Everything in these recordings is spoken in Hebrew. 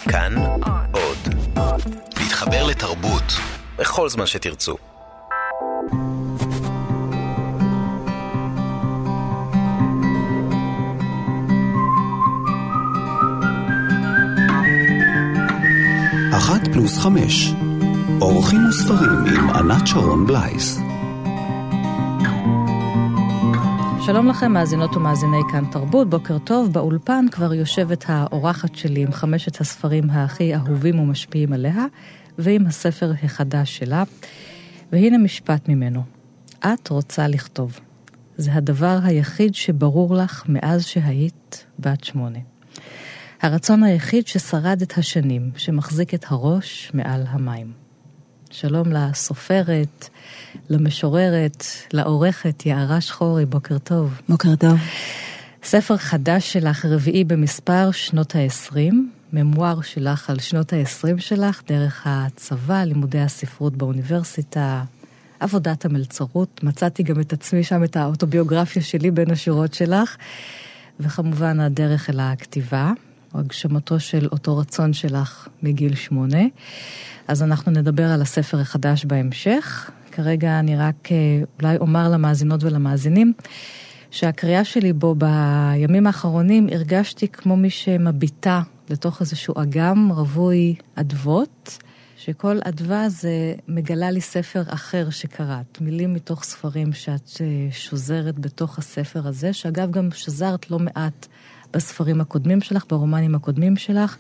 כאן עוד. להתחבר לתרבות בכל זמן שתרצו. אחת פלוס 5. אורחים וספרים עם ענת שרון בלייס. שלום לכם מאזינות ומאזיני כאן תרבות, בוקר טוב. באולפן כבר יושבת האורחת שלי עם 5 הספרים הכי אהובים ומשפיעים עליה, ועם הספר החדש שלה. והנה משפט ממנו: את רוצה לכתוב. זה הדבר היחיד שברור לך מאז שהיית בת 8. הרצון היחיד ששרד את השנים, שמחזיק את הראש מעל המים. שלום לסופרת, למשוררת, לעורכת יערה שחורי, בוקר טוב. בוקר טוב. ספר חדש שלך, רביעי במספר, שנות ה-20, ממואר שלך על שנות ה-20 שלך, דרך הצבא, לימודי הספרות באוניברסיטה, עבודת המלצרות, מצאתי גם את עצמי שם, את האוטוביוגרפיה שלי בין השורות שלך, וכמובן הדרך אל הכתיבה, או הגשמתו של אותו רצון שלך מגיל 8. אז אנחנו נדבר על הספר החדש בהמשך. כרגע אני רק אולי אומר למאזינות ולמאזינים, שהקריאה שלי בו בימים האחרונים הרגשתי כמו מי שמביטה לתוך איזשהו אגם רווי אדוות, שכל אדווה זה מגלה לי ספר אחר שקראת, מילים מתוך ספרים שאת שוזרת בתוך הספר הזה, שאגב גם שזרת לא מעט בספרים הקודמים שלך, ברומנים הקודמים שלך,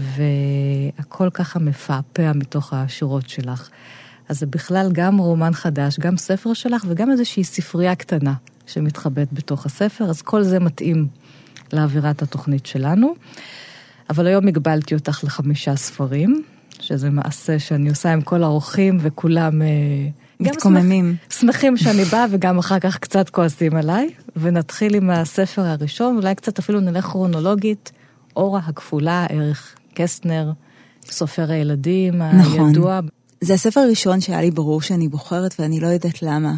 והכל ככה מפעפע מתוך השורות שלך. אז זה בכלל גם רומן חדש, גם ספר שלך, וגם איזושהי ספרייה קטנה שמתחבאת בתוך הספר, אז כל זה מתאים לאווירת התוכנית שלנו. אבל היום הגבלתי אותך ל5 ספרים, שזה מעשה שאני עושה עם כל האורחים, וכולם מתקוממים. שמחים שאני באה, וגם אחר כך קצת כועסים עליי, ונתחיל עם הספר הראשון, אולי קצת אפילו נלך כרונולוגית, אורה הכפולה, ערך קסטנר, סופר הילדים, הידוע. זה הספר הראשון שהיה לי ברור שאני בוחרת, ואני לא יודעת למה.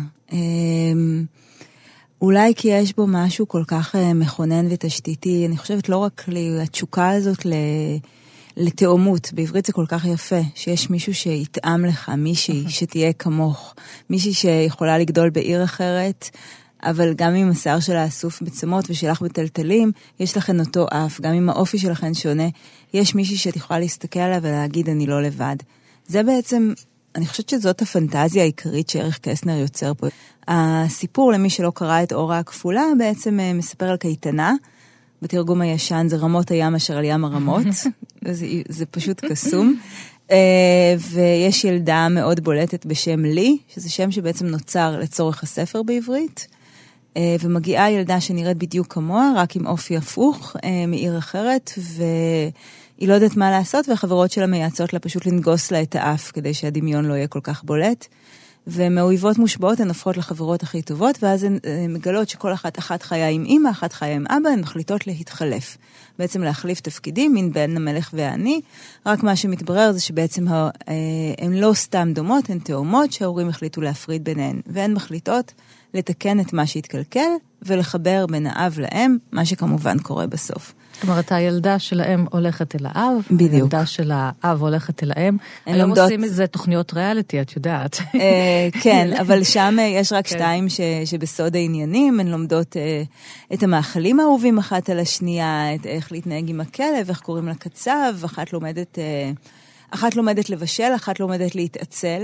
אולי כי יש בו משהו כל כך מכונן ותשתיתי, אני חושבת לא רק התשוקה הזאת לתאומות, בעברית זה כל כך יפה, שיש מישהו שיתאם לך, מישהי שתהיה כמוך, מישהי שיכולה לגדול בעיר אחרת, אבל גם אם השיער שלה אסוף בצמות ושלך בטלטלים, יש לכן אותו אף, גם אם האופי שלכן שונה, יש מישהי שאת יכולה להסתכל עליה ולהגיד אני לא לבד. זה בעצם, אני חושבת שזאת הפנטזיה העיקרית שערך קסטנר יוצר פה. הסיפור, למי שלא קרא את אורה הכפולה, בעצם מספר על קייטנה, בתרגום הישן זה רמות הים אשר על ים הרמות, זה פשוט קסום, ויש ילדה מאוד בולטת בשם לי, שזה שם שבעצם נוצר לצורך הספר בעברית, ומגיעה ילדה שנראית בדיוק כמוה, רק עם אופי הפוך, מעיר אחרת, והיא לא יודעת מה לעשות, והחברות שלה מייעצות לה פשוט לנגוס לה את האף, כדי שהדמיון לא יהיה כל כך בולט, ומאויבות מושבעות הן הופכות לחברות הכי טובות, ואז הן מגלות שכל אחת חיה עם אמא, אחת חיה עם אבא, הן מחליטות להתחלף. בעצם להחליף תפקידים, מן בן המלך והעני, רק מה שמתברר זה שבעצם הן לא סתם דומות, הן תאומות שההורים החליטו להפריד ביניהן, והן מחליטות לתקן את מה שהתקלקל, ולחבר בין האב לאם, מה שכמובן קורה בסוף. זאת אומרת, הילדה של האם הולכת אל האב, בדיוק. הילדה של האב הולכת אל האם. היום עושים את זה תוכניות ריאליטי, את יודעת. כן, אבל שם יש רק 2 שבסוד העניינים, הן לומדות את המאכלים האהובים אחת על השנייה, איך להתנהג עם הכלב, איך קוראים לה קצב, אחת לומדת לבשל, אחת לומדת להתעצל,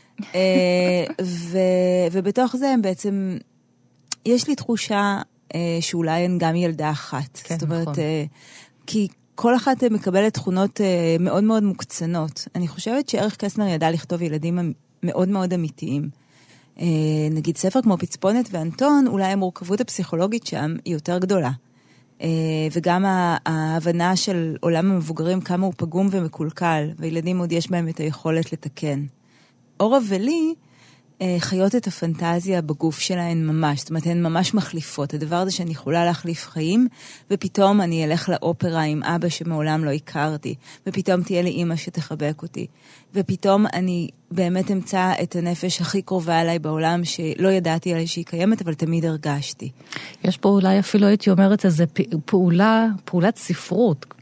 ובתוך זה הם בעצם, יש לי תחושה שאולי הן גם ילדה אחת. כן, זאת אומרת, נכון. כי כל אחת מקבלת תכונות מאוד מאוד מוקצנות. אני חושבת שערך קסטנר ידע לכתוב ילדים מאוד מאוד אמיתיים. נגיד ספר כמו פצפונת ואנטון, אולי המורכבות הפסיכולוגית שם היא יותר גדולה. וגם ההבנה של עולם המבוגרים, כמה הוא פגום ומקולקל, וילדים עוד יש בהם את היכולת לתקן. אורה ולי חיות את הפנטזיה בגוף שלהן ממש, זאת אומרת, הן ממש מחליפות. הדבר הזה שאני יכולה להחליף חיים, ופתאום אני אלך לאופרה עם אבא שמעולם לא הכרתי, ופתאום תהיה לי אמא שתחבק אותי, ופתאום אני באמת אמצא את הנפש הכי קרובה אליי בעולם, שלא ידעתי עליי שהיא קיימת, אבל תמיד הרגשתי. יש פה אולי אפילו הייתי אומרת איזה פעולת ספרות,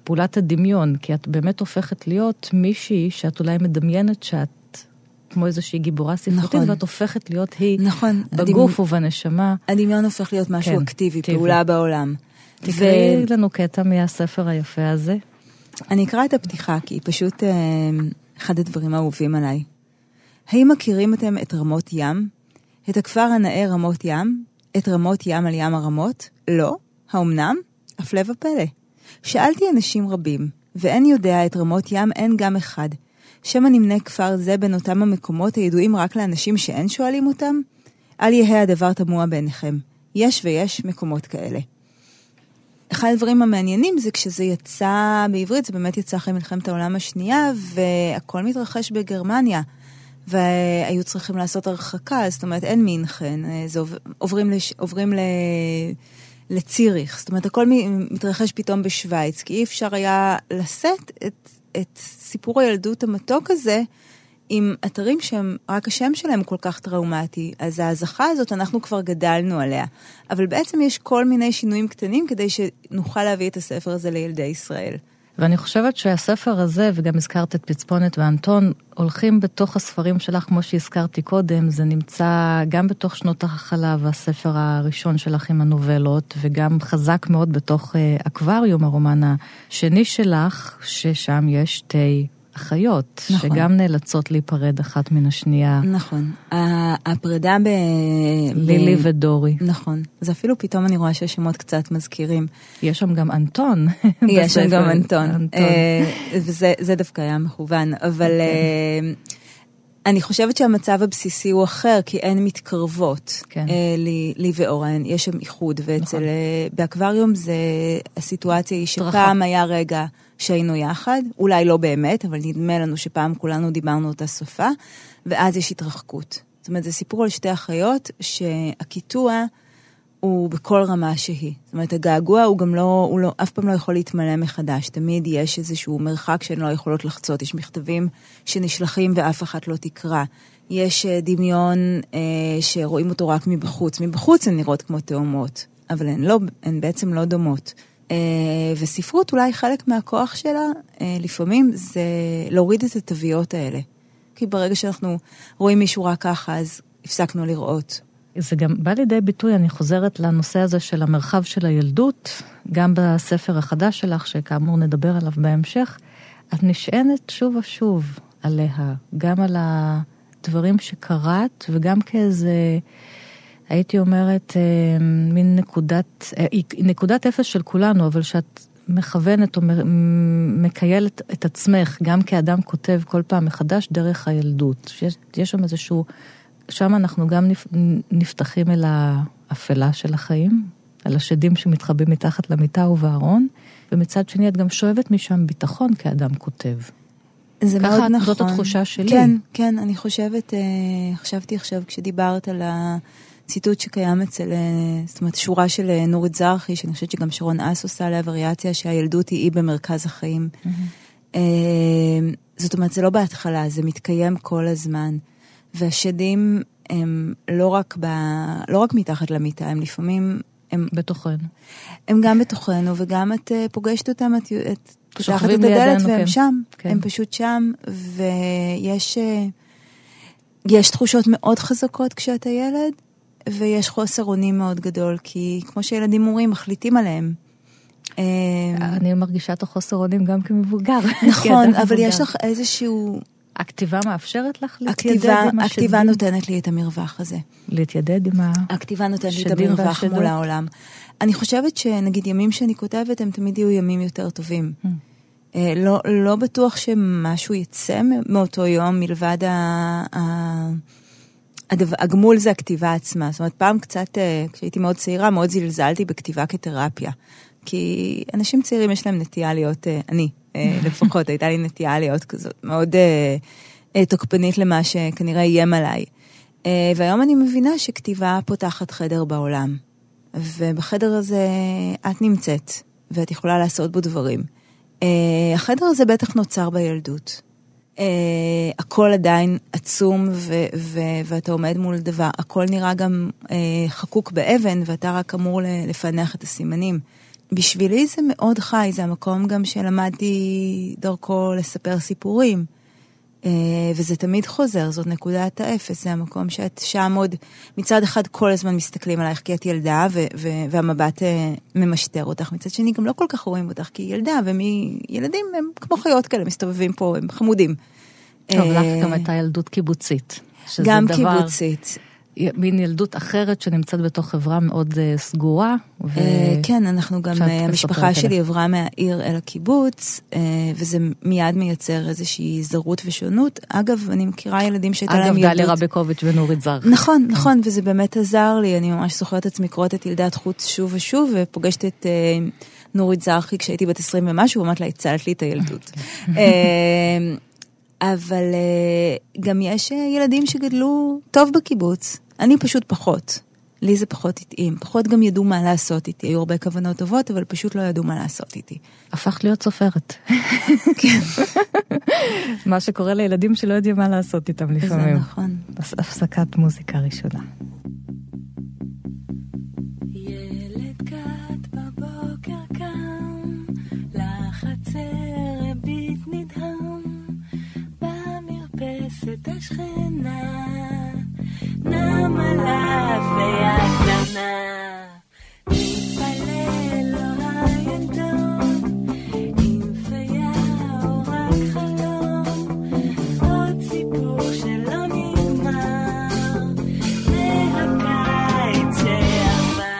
פעולת הדמיון, כי את באמת הופכת להיות מישהי שאת אולי מדמיינת שאת כמו איזושהי גיבורה ספרותית, נכון. ואת הופכת להיות היא נכון. בגוף ובנשמה. הדמיון הופך להיות משהו כן, אקטיבי, פעולה בעולם. תקראי לנו קטע מהספר היפה הזה. אני אקרא את הפתיחה, כי היא פשוט אחד הדברים האהובים עליי. האם מכירים אתם את רמות ים? את הכפר הנאה רמות ים? את רמות ים על ים הרמות? לא. האומנם? הפלא ופלא. שאלתי אנשים רבים, ואין יודע את רמות ים אין גם אחד. שמה נמנה כפר זה בין אותם המקומות הידועים רק לאנשים שאין שואלים אותם? אל יהיה הדבר תמוה בעיניכם. יש ויש מקומות כאלה. אחד הדברים המעניינים זה כשזה יצא בעברית, זה באמת יצא אחרי מלחמת העולם השנייה, והכל מתרחש בגרמניה, והיו צריכים לעשות הרחקה, זאת אומרת אין מינכן, עוברים לציריך, זאת אומרת הכל מתרחש פתאום בשוויץ, כי אי אפשר היה לשאת את סיפור הילדות המתוק הזה, עם אתרים שהם, רק השם שלהם כל כך טראומטי, אז ההזכה הזאת אנחנו כבר גדלנו עליה. אבל בעצם יש כל מיני שינויים קטנים כדי שנוכל להביא את הספר הזה לילדי ישראל. ואני חושבת שהספר הזה, וגם הזכרת את פצפונת ואנטון, הולכים בתוך הספרים שלך, כמו שהזכרתי קודם, זה נמצא גם בתוך שנות החלב, הספר הראשון שלך עם הנובלות, וגם חזק מאוד בתוך אקווריום, הרומן השני שלך, ששם יש שתי אחיות, נכון. שגם נאלצות להיפרד אחת מן השנייה. נכון. הפרידה לילי ודורי. נכון. אז אפילו פתאום אני רואה שהשמות קצת מזכירים. יש שם גם אנטון. יש שם גם אנטון. וזה דווקא היה מכוון. אבל אני חושבת שהמצב הבסיסי הוא אחר, כי אין מתקרבות. כן. לי ואורן. יש שם איחוד. ואצל באקווריום זה הסיטואציה היא שפעם היה רגע שהיינו יחד, אולי לא באמת, אבל נדמה לנו שפעם כולנו דיברנו אותה שפה, ואז יש התרחקות. זאת אומרת, זה סיפור על שתי אחיות, שהקיטוע הוא בכל רמה שהיא. זאת אומרת, הגעגוע הוא גם לא, אף פעם לא יכול להתמלא מחדש. תמיד יש איזשהו מרחק שהן לא יכולות לחצות. יש מכתבים שנשלחים ואף אחת לא תקרא. יש דמיון שרואים אותו רק מבחוץ. מבחוץ הן נראות כמו תאומות, אבל הן בעצם לא דומות. וספרות אולי חלק מהכוח שלה, לפעמים זה להוריד את התוויות האלה. כי ברגע שאנחנו רואים מישהו רק ככה, אז הפסקנו לראות. זה גם בא לידי ביטוי, אני חוזרת לנושא הזה של המרחב של הילדות, גם בספר החדש שלך, שכאמור נדבר עליו בהמשך, את נשענת שוב ושוב עליה, גם על הדברים שקראת, וגם כאיזה, הייתי אומרת, מין נקודת אפס של כולנו, אבל שאת מכוונת או מקיילת את עצמך, גם כאדם כותב כל פעם מחדש דרך הילדות. יש שם איזשהו, שם אנחנו גם נפתחים אל האפלה של החיים, על השדים שמתחבאים מתחת למיטה ובארון, ומצד שני את גם שואבת משם ביטחון כאדם כותב. זה מאוד נכון. זאת התחושה שלי. כן, כן, אני חשבתי עכשיו כשדיברת על ציטוט שקיים אצל, זאת אומרת, שורה של נורית זרחי, שאני חושבת שגם שרון אס עושה עליה וריאציה, שהילדות היא במרכז החיים. זאת אומרת, זה לא בהתחלה, זה מתקיים כל הזמן. והשדים הם לא רק מתחת למיטה, הם לפעמים, הם בתוכנו. הם גם בתוכנו, וגם את פוגשת אותם, את פותחת את הדלת, והם שם. הם פשוט שם, ויש תחושות מאוד חזקות כשאתה ילד, ויש חוסר אונים מאוד גדול, כי כמו שילדים אומרים, מחליטים עליהם. אני מרגישה את החוסר אונים גם כמבוגר. נכון, אבל יש לך איזשהו... הכתיבה מאפשרת לך להתיידד עם השדים? הכתיבה נותנת לי את המרווח הזה. להתיידד עם השדים? הכתיבה נותנת לי את המרווח מול העולם. אני חושבת שנגיד ימים שאני כותבת, הם תמיד יהיו ימים יותר טובים. לא בטוח שמשהו יצא מאותו יום, מלבד הגמול זה הכתיבה עצמה. זאת אומרת, פעם קצת, כשהייתי מאוד צעירה, מאוד זלזלתי בכתיבה כתרפיה. כי אנשים צעירים יש להם נטייה להיות, אני לפחות, הייתה לי נטייה להיות כזאת, מאוד תוקפנית למה שכנראה איים עליי. והיום אני מבינה שכתיבה פותחת חדר בעולם. ובחדר הזה את נמצאת, ואת יכולה לעשות בו דברים. החדר הזה בטח נוצר בילדות. הכל עדיין עצום, ואתה עומד מול דבר. הכל נראה גם חקוק באבן, ואתה רק אמור לפענח את הסימנים. בשבילי זה מאוד חי, זה המקום גם שלמדתי דרכו לספר סיפורים. וזה תמיד חוזר, זאת נקודת האפס, זה המקום שאת שם עוד, מצד אחד כל הזמן מסתכלים עלייך כי את ילדה, והמבט ממשטר אותך, מצד שני גם לא כל כך רואים אותך כי ילדה, וילדים הם כמו חיות כאלה, מסתובבים פה, הם חמודים. טוב, לך גם הייתה ילדות קיבוצית. גם קיבוצית. מין ילדות אחרת שנמצאת בתוך חברה מאוד סגורה. כן, אנחנו גם, המשפחה שלי עברה מהעיר אל הקיבוץ, וזה מיד מייצר איזושהי זרות ושונות. אגב, אני מכירה ילדים שהייתה להם ילדות. אגב, דליה רבקוביץ' ונורית זרחי. נכון, נכון, וזה באמת עזר לי. אני ממש זוכרת עצמי קוראת את ילדת חוץ שוב ושוב, ופוגשת את נורית זרחי כשהייתי בת 20 ומשהו, ואומרת לה, הצלת לי את הילדות. אבל גם יש ילדים שגדלו טוב בקיבוץ. אני פשוט פחות. לי זה פחות התאים. פחות גם ידעו מה לעשות איתי. היו הרבה כוונות טובות, אבל פשוט לא ידעו מה לעשות איתי. הפכת להיות סופרת. כן. מה שקורה לילדים שלא יודעים מה לעשות איתם לפעמים. זה נכון. הפסקת מוזיקה ראשונה. ילד קט בבוקר קם, לחצר הביט נדהם, במרפסת השכנה, נם עליו ויד קטנה, מתפלל לו הילדון, אם פיה או רק חלום, עוד סיפור שלא נגמר, מהקיץ שעבר.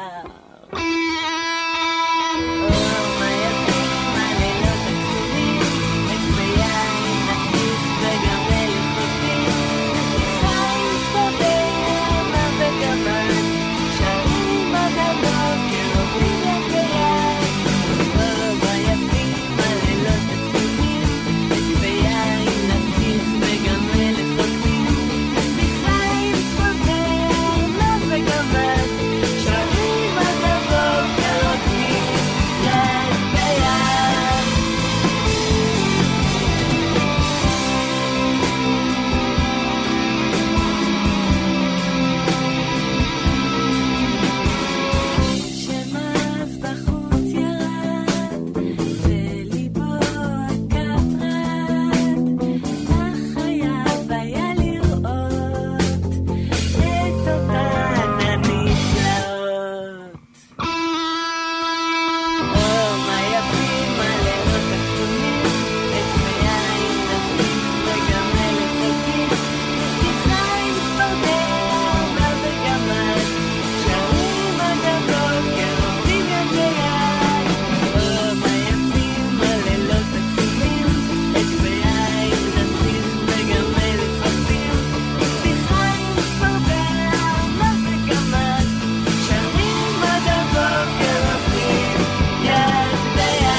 מה יפים הלילות הקצורים, את ביין נפיס וגם מלכותים, נסיכה מסתובב מה וגמן, שרים עד הבוקר עוברים יד ביד. מה יפים הלילות הקצורים, את ביין נפיס וגם מלכותים, נסיכה מסתובב מה וגמן, שרים עד הבוקר עוברים יד ביד. שמאז בחוץ ירד, וליבו הקט רד, אך חייב היה לראות את אותן הנפלאות. מה יפים הלילות הקסומים, את ביין נפיס וגם מלכותים, נסיכה עם צפרדע מה וגמן, שרים עד הבוקר עובדים יד ביד. מה יפים הלילות הקסומים, את ביין נפיס וגם מלכותים, נסיכה עם צפרדע מה וגמן, שרים עד הבוקר עובדים יד ביד.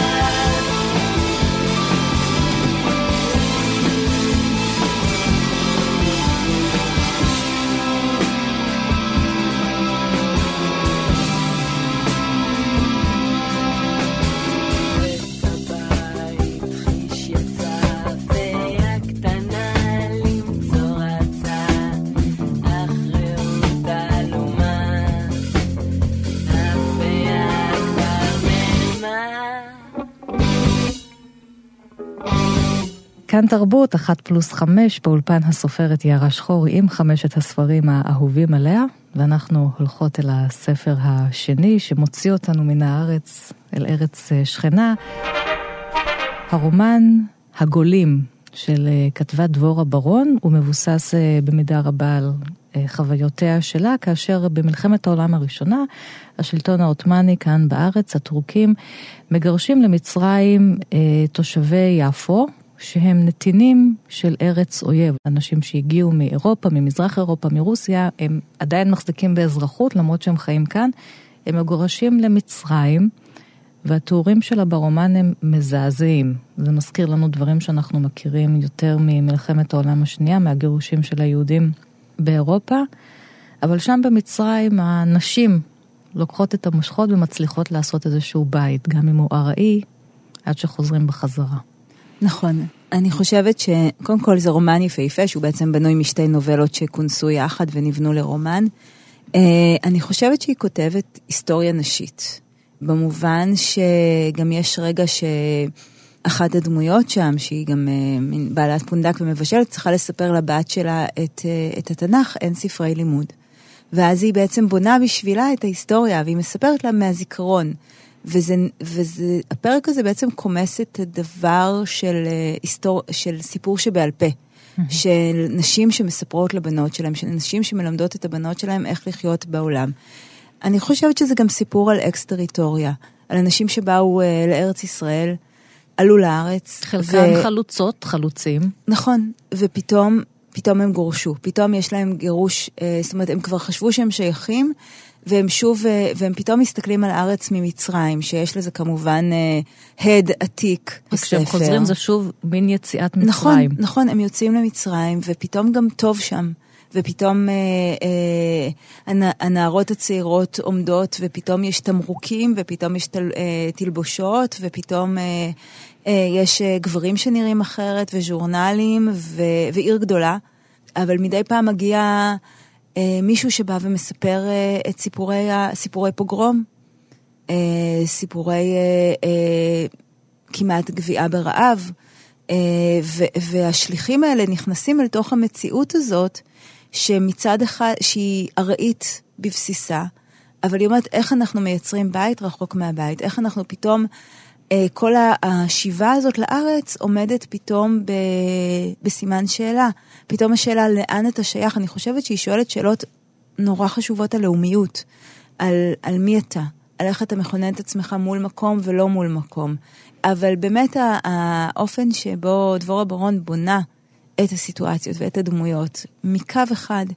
בבית חיש יצא והקטנה למצוא רצה, אך רעות אלומה, הפיה כבר נעלמה. כאן תרבות, 1+5, באולפן הסופרת יערה שחורי עם 5 הספרים האהובים עליה, ואנחנו הולכות אל הספר השני שמוציא אותנו מן הארץ אל ארץ שכנה, הרומן הגולים של כתבה דבורה ברון, הוא מבוסס במידה רבה על חוויותיה שלה, כאשר במלחמת העולם הראשונה, השלטון העות'מאני כאן בארץ, הטורקים, מגרשים למצרים תושבי יפו, שהם נתינים של ארץ אויב. אנשים שהגיעו מאירופה, ממזרח אירופה, מרוסיה, הם עדיין מחזיקים באזרחות, למרות שהם חיים כאן, הם מגורשים למצרים, והתיאורים שלה ברומן הם מזעזעים. זה מזכיר לנו דברים שאנחנו מכירים יותר ממלחמת העולם השנייה, מהגירושים של היהודים באירופה, אבל שם במצרים הנשים לוקחות את המושכות ומצליחות לעשות איזשהו בית, גם אם הוא ארעי, עד שחוזרים בחזרה. נכון. אני חושבת שקודם כל זה רומן יפהפה, שהוא בעצם בנוי משתי נובלות שכונסו יחד ונבנו לרומן. אני חושבת שהיא כותבת היסטוריה נשית. במובן שגם יש רגע שאחת הדמויות שם, שהיא גם בעלת פונדק ומבשלת, צריכה לספר לבת שלה את התנ"ך, אין ספרי לימוד. ואז היא בעצם בונה בשבילה את ההיסטוריה, והיא מספרת לה מהזיכרון. הפרק הזה בעצם קומס את הדבר של סיפור שבעל פה. של נשים שמספרות לבנות שלהם, של נשים שמלמדות את הבנות שלהם איך לחיות בעולם. אני חושבת שזה גם סיפור על אקס-טריטוריה, על אנשים שבאו לארץ ישראל, עלו לארץ. חלקם חלוצות, חלוצים. נכון, ופתאום הם גורשו. פתאום יש להם גירוש, זאת אומרת, הם כבר חשבו שהם שייכים, והם פתאום מסתכלים על הארץ ממצרים, שיש לזה כמובן הד עתיק בספר. כשהם חוזרים זה שוב מין יציאת מצרים. נכון, הם יוצאים למצרים, ופתאום גם טוב שם. ופתאום הנערות הצעירות עומדות, ופתאום יש תמרוקים, ופתאום יש תלבושות, ופתאום יש גברים שנראים אחרת, וז'ורנלים, ועיר גדולה. אבל מדי פעם מגיע מישהו שבא ומספר את סיפורי פוגרום, סיפורי כמעט גביעה ברעב, והשליחים האלה נכנסים אל תוך המציאות הזאת, שמצד אחד, שהיא ארעית בבסיסה, אבל היא אומרת, איך אנחנו מייצרים בית רחוק מהבית, איך אנחנו פתאום, כל השיבה הזאת לארץ עומדת פתאום בסימן שאלה. פתאום השאלה לאן אתה שייך, אני חושבת שהיא שואלת שאלות נורא חשובות על לאומיות, על מי אתה, על איך אתה מכונן את עצמך מול מקום ולא מול מקום. אבל באמת האופן שבו דבורה בר-און בונה את הסיטואציות ואת הדמויות, מקו אחד,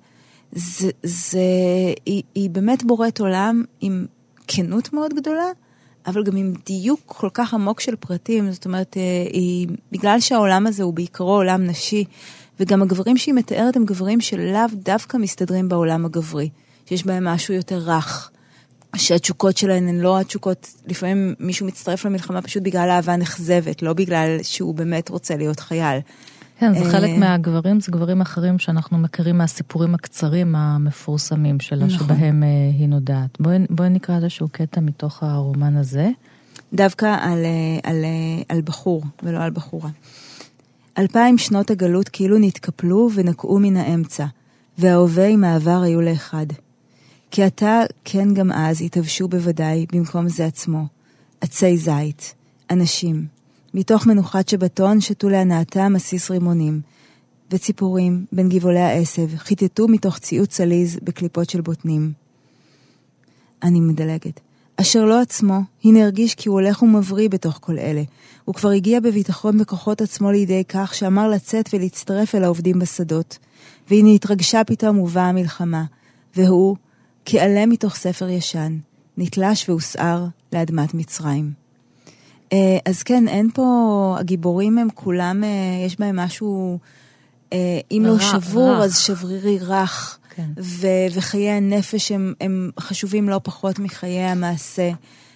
היא באמת בוראת עולם עם כנות מאוד גדולה, אבל גם עם דיוק כל כך עמוק של פרטים. זאת אומרת, בגלל שהעולם הזה הוא בעיקרו עולם נשי, וגם הגברים שהיא מתארת הם גברים שלאו דווקא מסתדרים בעולם הגברי, שיש בהם משהו יותר רך, שהתשוקות שלהן הן לא התשוקות, לפעמים מישהו מצטרף למלחמה פשוט בגלל אהבה נחזבת, לא בגלל שהוא באמת רוצה להיות חייל. כן, זה חלק מהגברים, זה גברים אחרים שאנחנו מכירים מהסיפורים הקצרים המפורסמים שלה, שבהם היא נודעת. בואי נקרא איזשהו קטע מתוך הרומן הזה. דווקא על בחור, ולא על בחורה. 2000 שנות הגלות כאילו נתקפלו ונקעו מן האמצע, וההווה עם העבר היו לאחד. כי אתה, כן גם אז, התאבשו בוודאי במקום זה עצמו. עצי זית, אנשים, מתוך מנוחת שבתון שתו להנאתה מסיס רימונים, וציפורים בין גבעולי העשב חיטטו מתוך ציוץ עליז בקליפות של בוטנים. אני מדלגת. אשר לא עצמו, הנה הרגיש כי הוא הולך ומבריא בתוך כל אלה. הוא כבר הגיע בביטחון בכוחות עצמו לידי כך שאמר לצאת ולהצטרף אל העובדים בשדות. והנה התרגשה פתאום ובאה המלחמה, והוא, כעלה מתוך ספר ישן, נתלש והוסער לאדמת מצרים. אז כן, אין פה, הגיבורים הם כולם, יש בהם משהו, אם לא שבור, אז שברירי רך, כן. וחיי הנפש הם חשובים לא פחות מחיי המעשה,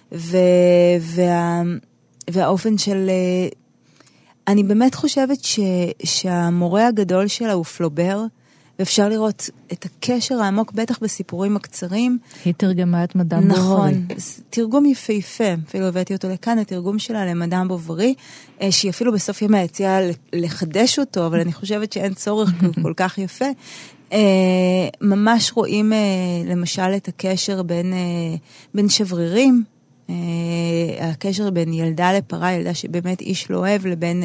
והאופן של, אני באמת חושבת שהמורה הגדול שלה הוא פלובר, ואפשר לראות את הקשר העמוק, בטח בסיפורים הקצרים. היא תרגמה את מדאם בוברי. נכון, תרגום יפהפה, אפילו הבאתי אותו לכאן, התרגום שלה למדאם בוברי, שהיא אפילו בסוף ימי הציעה לחדש אותו, אבל אני חושבת שאין צורך, כי הוא כל כך יפה. ממש רואים למשל את הקשר בין שברירים, הקשר בין ילדה לפרה, ילדה שבאמת איש לא אוהב, לבין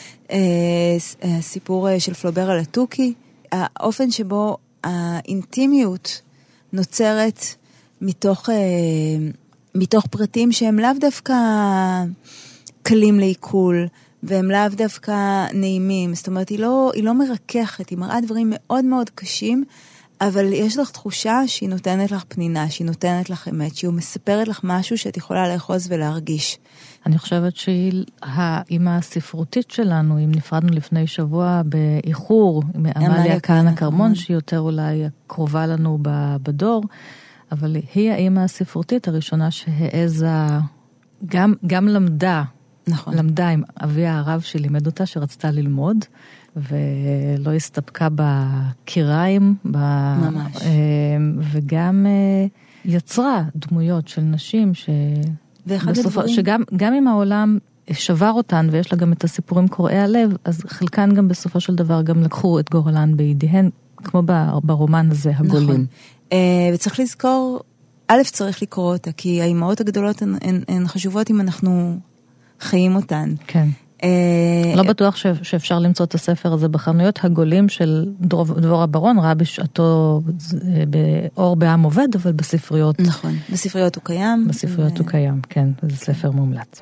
הסיפור של פלובר על התוכי, האופן שבו האינטימיות נוצרת מתוך פרטים שהם לאו דווקא קלים לעיכול, והם לאו דווקא נעימים. זאת אומרת, היא לא מרככת, היא מראה דברים מאוד מאוד קשים, אבל יש לך תחושה שהיא נותנת לך פנינה, שהיא נותנת לך אמת, שהיא מספרת לך משהו שאת יכולה לאחוז ולהרגיש. אני חושבת שהיא האמא הספרותית שלנו, אם נפרדנו לפני שבוע באיחור, עם עמליה כהנא כרמון, שהיא יותר אולי קרובה לנו בדור, אבל היא האמא הספרותית הראשונה שהעזה, גם למדה, נכון. למדה עם אביה הרב שלימד אותה, שרצתה ללמוד, ולא הסתפקה בקיריים, ממש. וגם יצרה דמויות של נשים ואחד הדברים... שגם אם העולם שבר אותן, ויש לה גם את הסיפורים קוראי הלב, אז חלקן גם בסופו של דבר גם לקחו את גורלן בידיהן, כמו ברומן הזה, הגולים. נכון. וצריך לזכור, א' צריך לקרוא אותה, כי האימהות הגדולות הן חשובות אם אנחנו חיים אותן. כן. לא בטוח שאפשר למצוא את הספר הזה בחנויות. הגולים של דבורה ברון ראה בשעתו באור בעם עובד, אבל בספריות. נכון, בספריות הוא קיים. בספריות הוא קיים, כן, זה ספר מומלץ.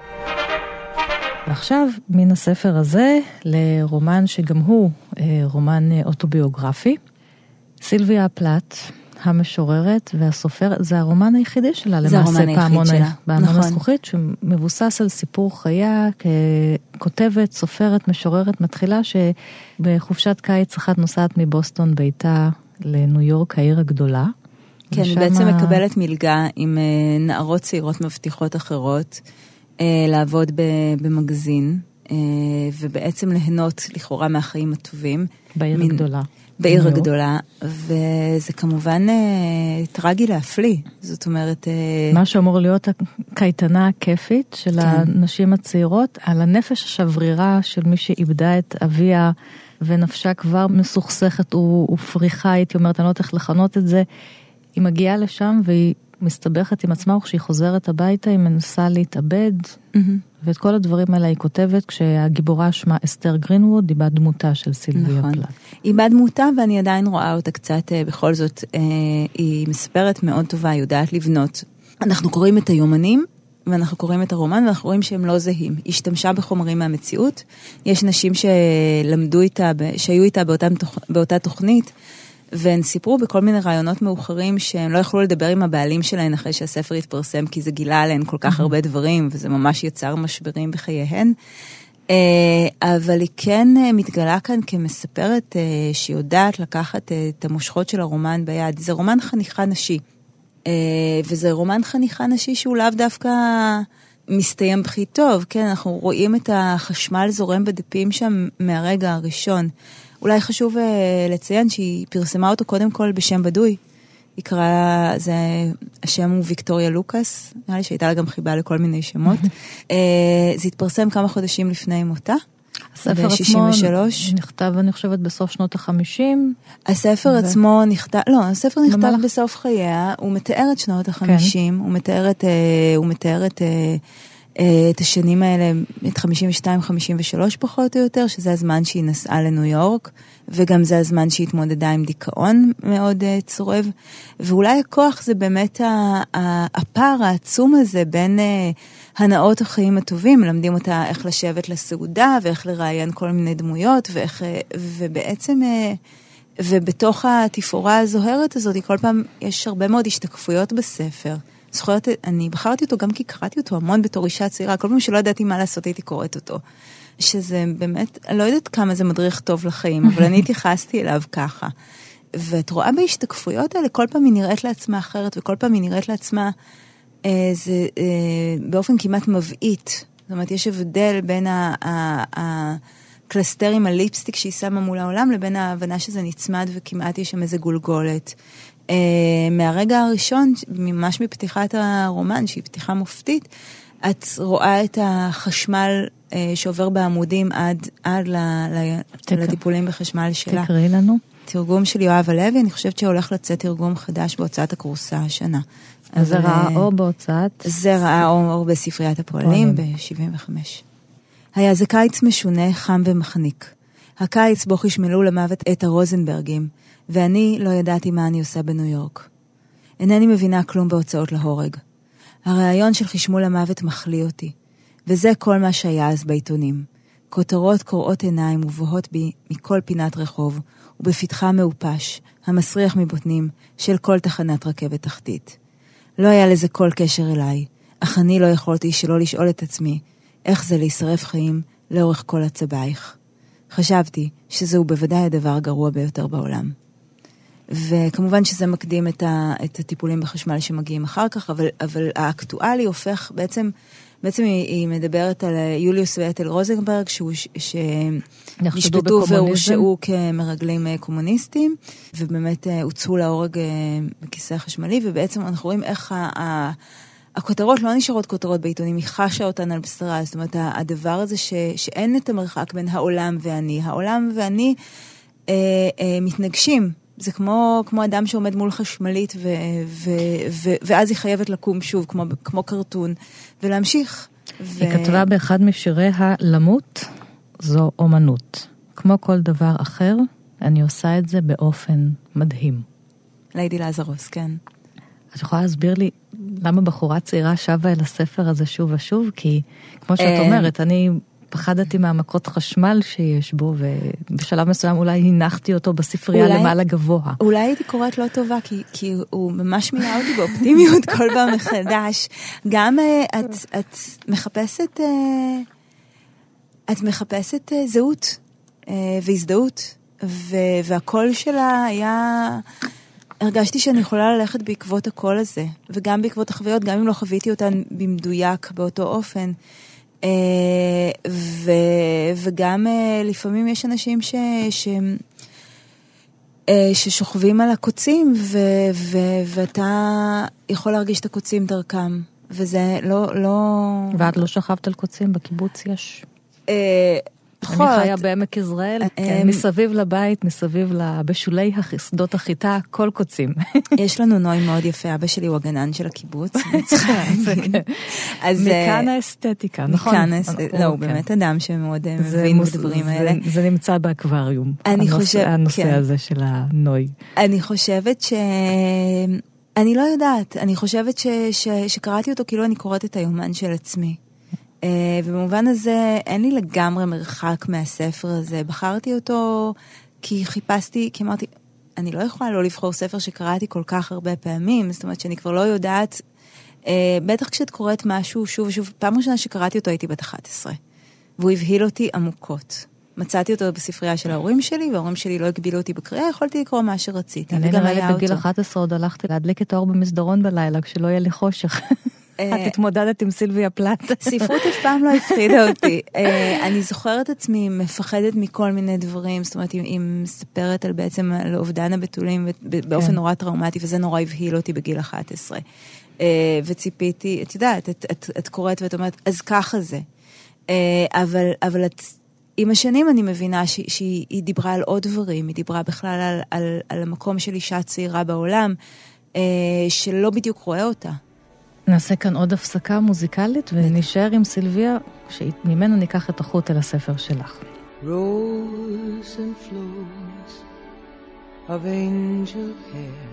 ועכשיו, מן הספר הזה לרומן שגם הוא רומן אוטוביוגרפי, סילביה פלט, המשוררת והסופרת, זה הרומן היחידי שלה, למעשה פעמון הזכוכית, שמבוסס על סיפור חיה, ככותבת, סופרת, משוררת, מתחילה, שבחופשת קיץ אחת נוסעת מבוסטון ביתה לניו יורק, העיר הגדולה. כן, היא בעצם מקבלת מלגה עם נערות צעירות מבטיחות אחרות, לעבוד במגזין, ובעצם ליהנות לכאורה מהחיים הטובים. בעיר הגדולה. בעיר הגדולה, וזה כמובן טרגי להפליא. זאת אומרת... מה שאמור להיות הקייטנה הכיפית של הנשים הצעירות, על הנפש השברירה של מי שאיבדה את אביה, ונפשה כבר מסוכסכת ופריחה, הייתי אומרת, אני לא יודעת איך לכנות את זה. היא מגיעה לשם והיא מסתבכת עם עצמה, וכשהיא חוזרת הביתה, היא מנסה להתאבד, ואת כל הדברים האלה היא כותבת, כשהגיבורה שמה אסתר גרינווד, היא בדמותה של סילביה פלט. היא בדמותה, ואני עדיין רואה אותה קצת, בכל זאת, היא מספרת מאוד טובה, היא יודעת לבנות. אנחנו קוראים את היומנים, ואנחנו קוראים את הרומן, ואנחנו רואים שהם לא זהים. היא השתמשה בחומרים מהמציאות, יש נשים שלמדו איתה, שהיו איתה באותה תוכנית, והן סיפרו בכל מיני רעיונות מאוחרים שהם לא יכלו לדבר עם הבעלים שלהן אחרי שהספר התפרסם, כי זה גילה עליהן כל כך הרבה דברים, וזה ממש יצר משברים בחייהן. אבל היא כן מתגלה כאן כמספרת שיודעת לקחת את המושכות של הרומן ביד. זה רומן חניכה נשי. וזה רומן חניכה נשי שהוא לאו דווקא מסתיים בכי טוב. כן, אנחנו רואים את החשמל זורם בדפים שם מהרגע הראשון. אולי חשוב לציין שהיא פרסמה אותו קודם כל בשם בדוי. היא קראה, השם הוא ויקטוריה לוקאס, נראה לי שהייתה לה גם חיבה לכל מיני שמות. זה התפרסם כמה חודשים לפני מותה. הספר עצמו נכתב, אני חושבת, בסוף שנות ה-50. הספר עצמו נכתב, לא, הספר נכתב בסוף חייה, הוא מתאר את שנות ה-50, הוא מתאר את השנים האלה, את 52-53 פחות או יותר, שזה הזמן שהיא נסעה לניו יורק, וגם זה הזמן שהיא התמודדה עם דיכאון מאוד צורב, ואולי הכוח זה באמת הפער העצום הזה בין הנאות החיים הטובים, מלמדים אותה איך לשבת לסעודה, ואיך לראיין כל מיני דמויות, ובעצם, ובתוך התפאורה הזוהרת הזאת, כל פעם יש הרבה מאוד השתקפויות בספר, זכויות, אני בחרתי אותו גם כי קראתי אותו המון בתור אישה צעירה, כל פעם שלא ידעתי מה לעשות הייתי קוראת אותו. שזה באמת, אני לא יודעת כמה זה מדריך טוב לחיים, אבל אני התייחסתי אליו ככה. ואת רואה בהשתקפויות האלה, כל פעם היא נראית לעצמה אחרת, וכל פעם היא נראית לעצמה, זה באופן כמעט מבעית. זאת אומרת, יש הבדל בין הקלסטרים, הליפסטיק שהיא שמה מול העולם, לבין ההבנה שזה נצמד וכמעט יש שם איזה גולגולת. מהרגע הראשון, ממש מפתיחת הרומן, שהיא פתיחה מופתית, את רואה את החשמל שעובר בעמודים עד לטיפולים בחשמל שלה. תקראי לנו. תרגום של יואב הלוי, אני חושבת שהולך לצאת תרגום חדש בהוצאת הכורסה השנה. אז זה ראה אור בהוצאת? זה ראה אור בספריית הפועלים ב-75. היה זה קיץ משונה, חם ומחניק. הקיץ בו חשמלו למוות את הרוזנברגים, ואני לא ידעתי מה אני עושה בניו יורק. אינני מבינה כלום בהוצאות להורג. הרעיון של חשמול המוות מחליא אותי, וזה כל מה שהיה אז בעיתונים. כותרות קוראות עיניים ובוהות בי מכל פינת רחוב, ובפתחה מאופש, המסריח מבוטנים, של כל תחנת רכבת תחתית. לא היה לזה כל קשר אליי, אך אני לא יכולתי שלא לשאול את עצמי, איך זה להישרף חיים לאורך כל הצבייך. חשבתי שזהו בוודאי הדבר הגרוע ביותר בעולם. וכמובן שזה מקדים את הטיפולים בחשמל שמגיעים אחר כך, אבל האקטואלי הופך, בעצם היא מדברת על יוליוס ואתל רוזנברג, שנשפטו והורשעו כמרגלים קומוניסטים, ובאמת הוצאו להורג בכיסא החשמלי, ובעצם אנחנו רואים איך הכותרות לא נשארות כותרות בעיתונים, היא חשה אותן על בשרה, זאת אומרת, הדבר הזה שאין את המרחק בין העולם ואני. העולם ואני מתנגשים. זה כמו אדם שעומד מול חשמלית, ואז היא חייבת לקום שוב, כמו קרטון, ולהמשיך. היא כתבה באחד משיריה, למות זו אומנות. כמו כל דבר אחר, אני עושה את זה באופן מדהים. ליידי לזרוס, כן. את יכולה להסביר לי למה בחורה צעירה שווה אל הספר הזה שוב ושוב? כי כמו שאת אומרת, אני פחדתי מהמכות חשמל שיש בו, ובשלב מסוים אולי הנחתי אותו בספרייה למעלה גבוה. אולי הייתי קוראת לא טובה, כי הוא ממש מילא אותי באופטימיות כל פעם מחדש. גם את מחפשת זהות והזדהות, והקול שלה היה... הרגשתי שאני יכולה ללכת בעקבות הקול הזה, וגם בעקבות החוויות, גם אם לא חוויתי אותן במדויק באותו אופן. וגם לפעמים יש אנשים ששוכבים על הקוצים, ואתה יכול להרגיש את הקוצים דרכם, וזה לא... ואת לא שכבת על קוצים בקיבוץ יש? פחות. אני חיה בעמק יזרעאל, מסביב לבית, בשולי שדות החיטה, כל קוצים. יש לנו נוי מאוד יפה, אבא שלי הוא הגנן של הקיבוץ. מכאן האסתטיקה, נכון? מכאן האסתטיקה, לא, הוא באמת אדם שמאוד מבין בדברים האלה. זה נמצא באקווריום, הנושא הזה של הנוי. אני חושבת אני לא יודעת, אני חושבת שקראתי אותו כאילו אני קוראת את היומן של עצמי. ובמובן הזה אין לי לגמרי מרחק מהספר הזה. בחרתי אותו כי חיפשתי, כי אמרתי, אני לא יכולה לא לבחור ספר שקראתי כל כך הרבה פעמים, זאת אומרת שאני כבר לא יודעת, בטח כשאת קוראת משהו שוב ושוב, פעם ראשונה שקראתי אותו הייתי בת 11, והוא הבהיל אותי עמוקות. מצאתי אותו בספרייה של ההורים שלי, וההורים שלי לא הגבילו אותי בקריאה, יכולתי לקרוא מה שרציתי. אני נראה לי בגיל 11 עוד הלכתי להדליק את האור במסדרון בלילה, כשלא יהיה לי חושך. את התמודדת עם סילביה פלט. ספרות אף פעם לא הפחידה אותי. אני זוכרת עצמי מפחדת מכל מיני דברים, זאת אומרת, היא מספרת על בעצם על אובדן הבתולים באופן נורא טראומטי, וזה נורא הבהיל אותי בגיל 11. וציפיתי, את יודעת, את קוראת ואת אומרת, אז ככה זה. אבל עם השנים אני מבינה שהיא דיברה על עוד דברים, היא דיברה בכלל על המקום של אישה צעירה בעולם, שלא בדיוק רואה אותה. נעשה כאן עוד הפסקה מוזיקלית, ונשאר עם סילביה, שממנו ניקח את החוט אל הספר שלך. Rose and flows of angel hair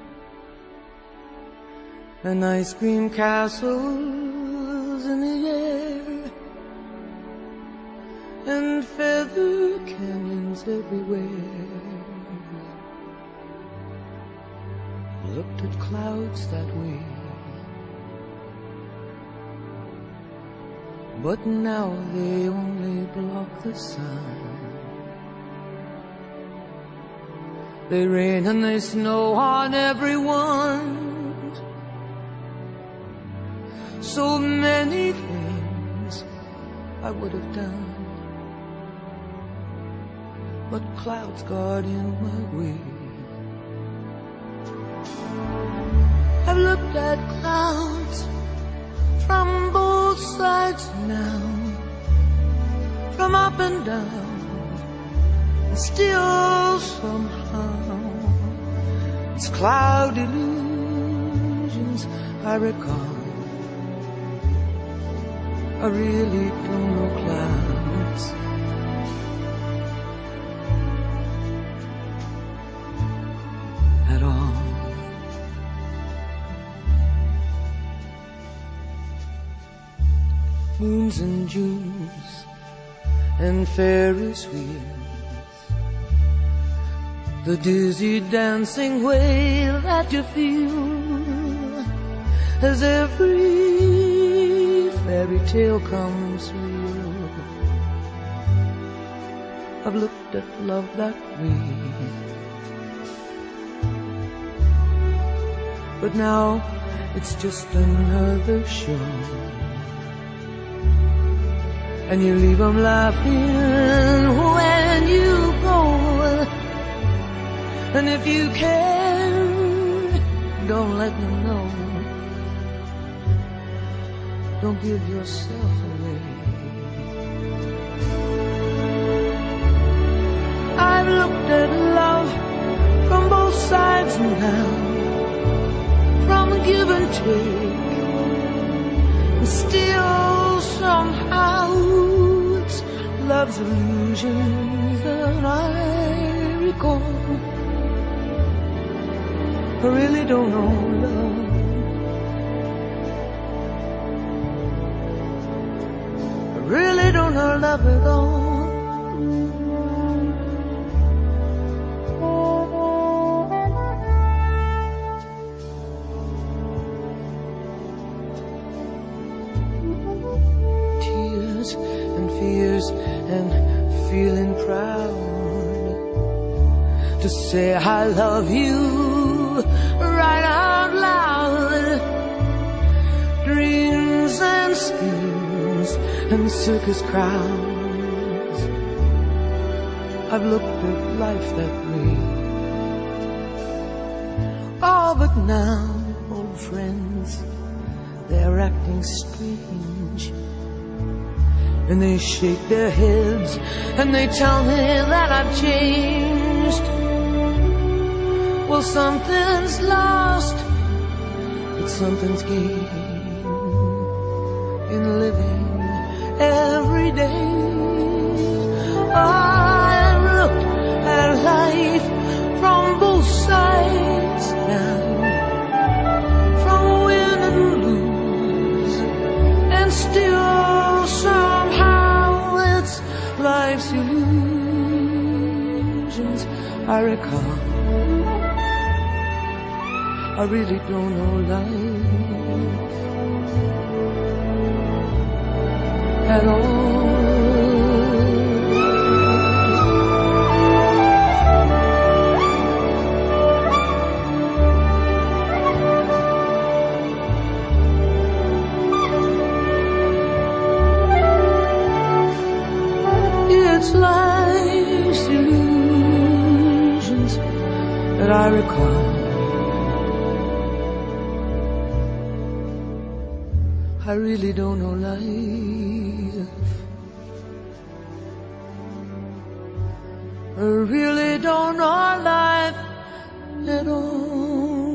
and ice cream castles in the air and feather canyons everywhere. Looked at clouds that way, but now they only block the sun. They rain and they snow on everyone. So many things I would have done, but clouds got in my way. I've looked at clouds from both sides now, from up and down, and still somehow it's cloud illusions I recall. I really don't know clouds. At all. Moons and Junes and Ferris wheels, the dizzy dancing way that you feel as every fairy tale comes real. I've looked at love that way, but now it's just another show. And you leave them laughing when you go. And if you can, don't let them know. don't give yourself away. I've looked at love from both sides now, from give and take, and still somehow it's love's illusions that I recall. I really don't know love. I really don't know love at all. Tears and fears and feeling proud to say I love you right out loud. Dreams and schemes and circus crowds, I've looked at life that way. Oh, but now, old friends, they're acting strange, and they shake their heads and they tell me that I've changed. Well, something's lost, but something's gained in living every day. I've looked at life from both sides now, from win and lose, and still somehow it's life's illusions I recall. I really don't know life at all. It's life's illusions that I recall. I really don't know life. I really don't know life at all.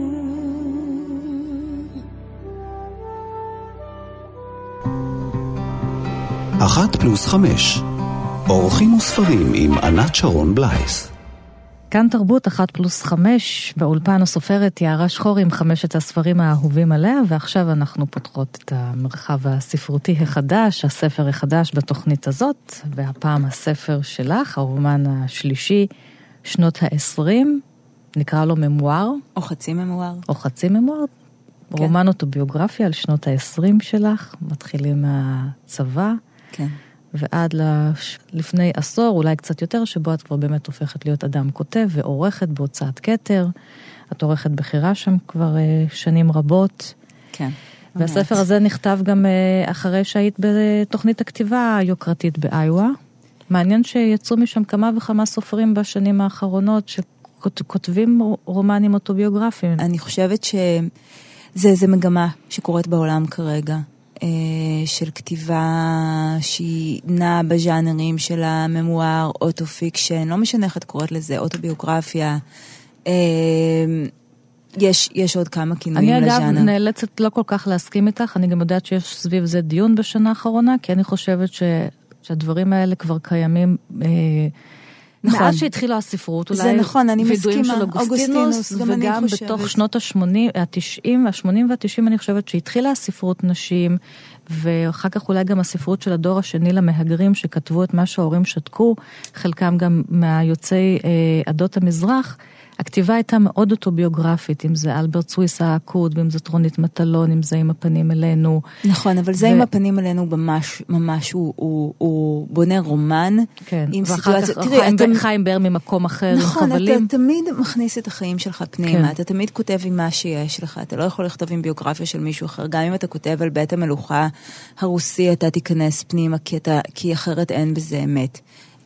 אחת פלוס 5. אורחים וספרים עם ענת שרון בלייס. כאן תרבות 1+5, באולפן הסופרת יערה שחור עם 5 הספרים האהובים עליה, ועכשיו אנחנו פותחות את המרחב הספרותי החדש, הספר החדש בתוכנית הזאת, והפעם הספר שלך, הרומן השלישי, שנות ה-20, נקרא לו ממואר. או חצי ממואר. או חצי ממואר. כן. רומן אוטוביוגרפיה על שנות ה-20 שלך, מתחילים מהצבא. כן. ועד לפני עשור, אולי קצת יותר, שבו את כבר באמת הופכת להיות אדם כותב ועורכת בהוצאת כתר. את עורכת בחירה שם כבר שנים רבות. כן. והספר הזה נכתב גם אחרי שהיית בתוכנית הכתיבה היוקרתית באיווה. מעניין שיצאו משם כמה וכמה סופרים בשנים האחרונות שכותבים רומנים אוטוביוגרפיים. אני חושבת שזה מגמה שקורית בעולם כרגע. של כתיבה שהיא נעה בז'אנרים של הממואר, אוטו-פיקשן, לא משנה איך את קוראת לזה, אוטוביוגרפיה. יש עוד כמה כינויים לז'אנר. אני אגב נאלצת לא כל כך להסכים איתך, אני גם יודעת שיש סביב זה דיון בשנה האחרונה, כי אני חושבת שהדברים האלה כבר קיימים נכון. מאז שהתחילה הספרות, אולי זה נכון, אני וידועים מסכימה, של אוגוסטינוס, וגם בתוך שנות ה-80 וה-90 אני חושבת שהתחילה הספרות נשים, ואחר כך אולי גם הספרות של הדור השני למהגרים, שכתבו את מה שההורים שתקו, חלקם גם מהיוצאי עדות המזרח, הכתיבה הייתה מאוד אוטוביוגרפית, אם זה אלברט סוויסה האקוד, ואם זה טרונית מטלון, אם זה עם הפנים אלינו. נכון, אבל זה עם הפנים אלינו ממש, הוא בונה רומן, עם סיטואציה. חיים בר ממקום אחר, עם חבלים. נכון, אתה תמיד מכניס את החיים שלך פנימה, אתה תמיד כותב עם מה שיש לך, אתה לא יכול לכתוב עם ביוגרפיה של מישהו אחר, גם אם אתה כותב על בית המלוכה הרוסי, אתה תיכנס פנימה, כי אחרת אין בזה אמת.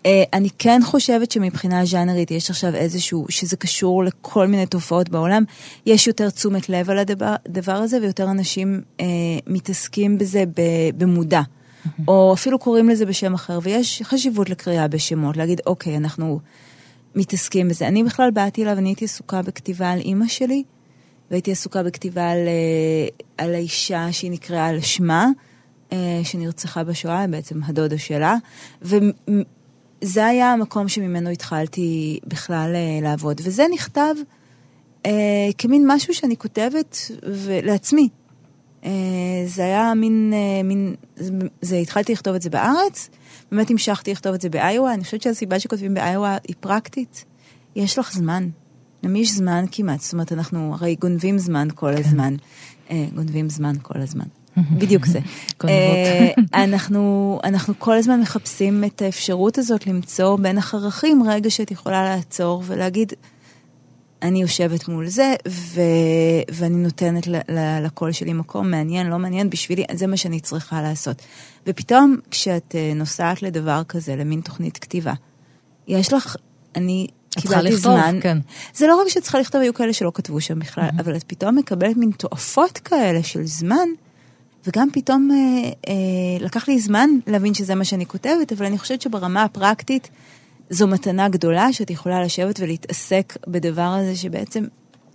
אני כן חושבת שמבחינה ז'אנרית יש עכשיו איזשהו, שזה קשור לכל מיני תופעות בעולם, יש יותר תשומת לב על הדבר הזה, ויותר אנשים מתעסקים בזה במודע, או אפילו קוראים לזה בשם אחר, ויש חשיבות לקריאה בשמות, להגיד, אוקיי, אנחנו מתעסקים בזה. אני בכלל באתי אליו, אני הייתי עסוקה בכתיבה על אמא שלי, והייתי עסוקה בכתיבה על האישה שהיא נקראה על שמה, שנרצחה בשואה, בעצם הדודה שלה, זה היה המקום שממנו התחלתי בכלל לעבוד, וזה נכתב כמין משהו שאני כותבת לעצמי. זה היה התחלתי לכתוב את זה בארץ, באמת המשכתי לכתוב את זה באיווה, אני חושבת שהסיבה שכותבים באיווה היא פרקטית. יש לך זמן, למי יש זמן כמעט, זאת אומרת אנחנו הרי גונבים זמן כל הזמן, גונבים זמן כל הזמן. בדיוק זה. אנחנו כל הזמן מחפשים את האפשרות הזאת למצוא בין החרכים רגע שאת יכולה לעצור ולהגיד, אני יושבת מול זה, ואני נותנת לקול שלי מקום מעניין, לא מעניין, בשבילי, זה מה שאני צריכה לעשות. ופתאום, כשאת נוסעת לדבר כזה, למין תוכנית כתיבה, יש לך, אני קיבלתי זמן, זה לא רק שצריכה לכתוב, היו כאלה שלא כתבו שם בכלל, אבל את פתאום מקבלת מין תועפות כאלה של זמן, וגם פתאום לקח לי זמן להבין שזה מה שאני כותבת, אבל אני חושבת שברמה הפרקטית, זו מתנה גדולה שאת יכולה לשבת ולהתעסק בדבר הזה שבעצם,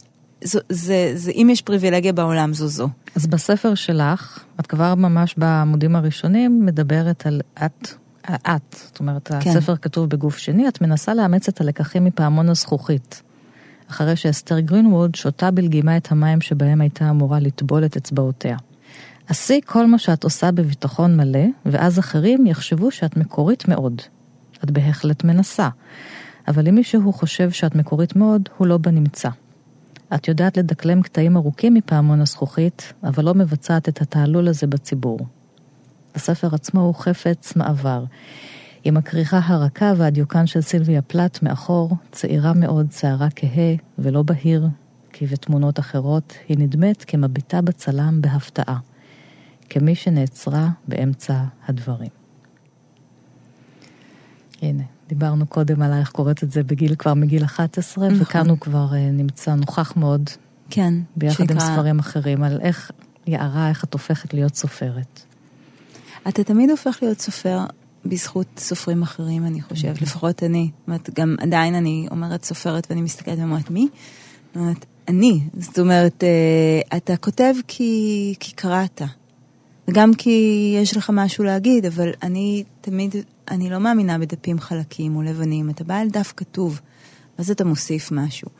אם יש פריבילגיה בעולם, זו. אז בספר שלך, את כבר ממש בעמודים הראשונים, מדברת על את, זאת אומרת, כן. הספר כתוב בגוף שני, את מנסה לאמץ את הלקחים מפעמון הזכוכית. אחרי שאסתר גרינווד שותה בלגימה את המים שבהם הייתה אמורה לטבול את אצבעותיה. עשי כל מה שאת עושה בביטחון מלא, ואז אחרים יחשבו שאת מקורית מאוד. את בהחלט מנסה. אבל אם מישהו חושב שאת מקורית מאוד, הוא לא בנמצא. את יודעת לדקלם קטעים ארוכים מפעמון הזכוכית, אבל לא מבצעת את התעלול הזה בציבור. הספר עצמו הוא חפץ מעבר. עם הכריכה הרכה והדיוקן של סילביה פלט מאחור, צעירה מאוד, שערה כהה ולא בהיר, כי בתמונות אחרות היא נדמת כמביטה בצלם בהפתעה. כמי שנעצרה באמצע הדברים. הנה, דיברנו קודם על איך קוראת את זה כבר מגיל 11, נכון. וכאן הוא כבר נמצא נוכח מאוד. כן. ביחד עם ספרים אחרים, על איך יערה, איך את הופכת להיות סופרת. אתה תמיד הופך להיות סופר בזכות סופרים אחרים, אני חושב. לפחות אני. גם עדיין אני אומרת סופרת, ואני מסתכלת ואומרת מי? זאת אומרת, אני. זאת אומרת, אתה כותב כי קראת. וגם כי יש לך משהו להגיד, אבל אני לא מאמינה בדפים חלקים או לבנים. אתה בא אל דף כתוב, אז אתה מוסיף משהו.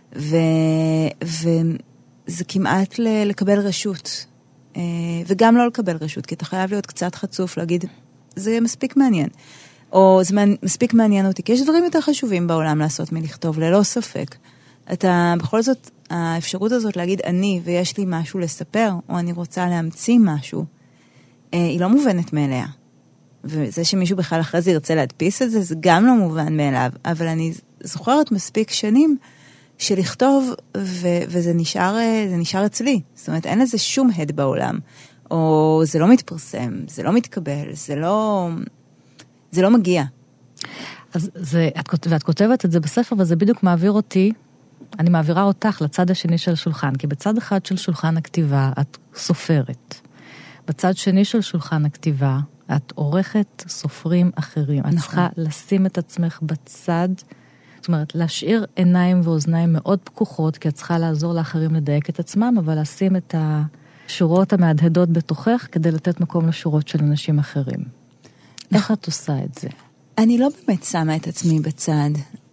וזה כמעט לקבל רשות. וגם לא לקבל רשות, כי אתה חייב להיות קצת חצוף, להגיד, זה מספיק מעניין. או זה מספיק מעניין אותי, כי יש דברים יותר חשובים בעולם לעשות מלכתוב, ללא ספק. אתה, בכל זאת, האפשרות הזאת להגיד אני ויש לי משהו לספר, או אני רוצה להמציא משהו, היא לא מובנת מאליה. וזה שמישהו בכלל אחרי זה ירצה להדפיס את זה, זה גם לא מובן מאליו. אבל אני זוכרת מספיק שנים שלכתוב, וזה נשאר אצלי. זאת אומרת, אין לזה שום הד בעולם. או זה לא מתפרסם, זה לא מתקבל, זה לא מגיע. אז ואת כותבת את זה בספר, וזה בדיוק מעביר אותי, אני מעבירה אותך לצד השני של השולחן, כי בצד אחד של שולחן הכתיבה את סופרת. בצד שני של שולחן הכתיבה, את עורכת סופרים אחרים. את צריכה לשים את עצמך בצד, זאת אומרת, להשאיר עיניים ואוזניים מאוד פקוחות, כי את צריכה לעזור לאחרים לדייק את עצמם, אבל לשים את השורות המהדהדות בתוכך, כדי לתת מקום לשורות של אנשים אחרים. איך את עושה את זה? אני לא באמת שמה את עצמי בצד,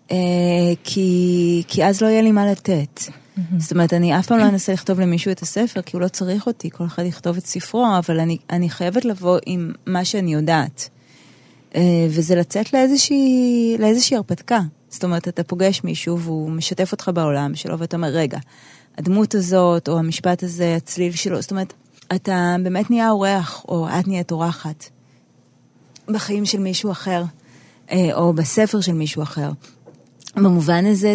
כי אז לא יהיה לי מה לתת. זאת אומרת, אני אף פעם לא אנסה לכתוב למישהו את הספר, כי הוא לא צריך אותי, כל אחד יכתוב את ספרו, אבל אני חייבת לבוא עם מה שאני יודעת. וזה לצאת לאיזושהי הרפתקה. זאת אומרת, אתה פוגש מישהו והוא משתף אותך בעולם שלו, ואתה אומר, רגע, הדמות הזאת, או המשפט הזה, הצליל שלו, זאת אומרת, אתה באמת נהיה אורח, או את נהיית אורחת, בחיים של מישהו אחר, או בספר של מישהו אחר. במובן הזה,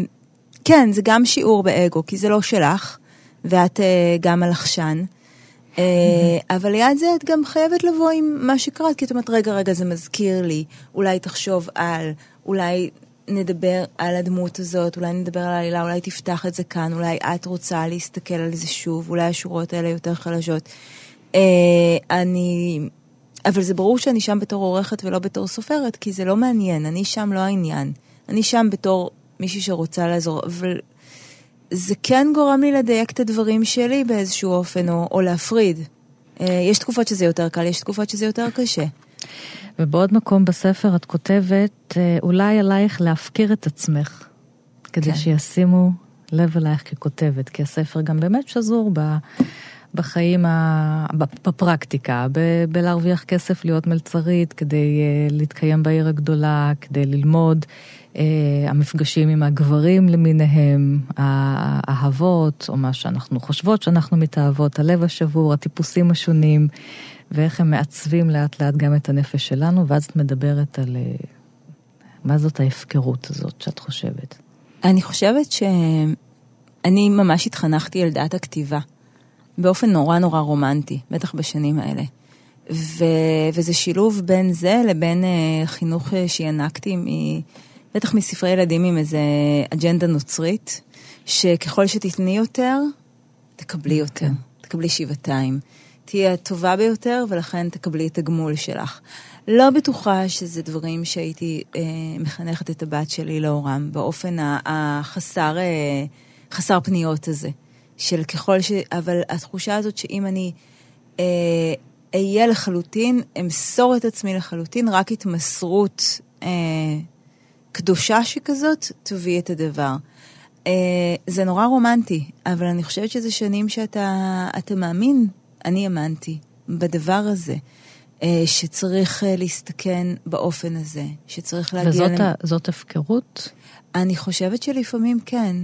כן, זה גם שיעור באגו, כי זה לא שלך, ואת גם הלחשן, אבל ליד זה את גם חייבת לבוא עם מה שקראת, כי את אומרת, רגע, זה מזכיר לי, אולי תחשוב על, אולי נדבר על הדמות הזאת, אולי נדבר על העלילה, אולי תפתח את זה כאן, אולי את רוצה להסתכל על זה שוב, אולי השורות האלה יותר חלשות. אבל זה ברור שאני שם בתור עורכת ולא בתור סופרת, כי זה לא מעניין, אני שם לא העניין. אני שם בתור מישהי שרוצה לעזור, אבל זה כן גורם לי לדייק את הדברים שלי באיזשהו אופן, או להפריד. יש תקופות שזה יותר קל, יש תקופות שזה יותר קשה. ובעוד מקום בספר את כותבת, אולי עלייך להפקיר את עצמך, כדי שישימו לב אלייך ככותבת, כי הספר גם באמת שזור בחיים, בפרקטיקה, בלהרוויח כסף, להיות מלצרית, כדי להתקיים בעיר הגדולה, כדי ללמוד, המפגשים עם הגברים למיניהם, האהבות, או מה שאנחנו חושבות שאנחנו מתאהבות, הלב השבור, הטיפוסים השונים, ואיך הם מעצבים לאט לאט גם את הנפש שלנו, ואז את מדברת על מה זאת ההפקרות הזאת שאת חושבת. אני חושבת שאני ממש התחנכתי על דעת הכתיבה, באופן נורא נורא רומנטי, בטח בשנים האלה. וזה שילוב בין זה לבין חינוך שינקתי, בטח מספרי ילדים עם איזה אג'נדה נוצרית, שככל שתתני יותר, תקבלי יותר, תקבלי שבעתיים. תהיה הטובה ביותר, ולכן תקבלי את הגמול שלך. לא בטוחה שזה דברים שהייתי מחנכת את הבת שלי לאורם, באופן חסר פניות הזה. של ככל אבל התחושה הזאת שאם אני אהיה לחלוטין, אמסור את עצמי לחלוטין, רק התמסרות קדושה שכזאת, תביא את הדבר. זה נורא רומנטי, אבל אני חושבת שזה שנים שאתה מאמין, אני האמנתי בדבר הזה, שצריך להסתכן באופן הזה, שצריך להגיע... וזאת הפקרות? אני חושבת שלפעמים כן,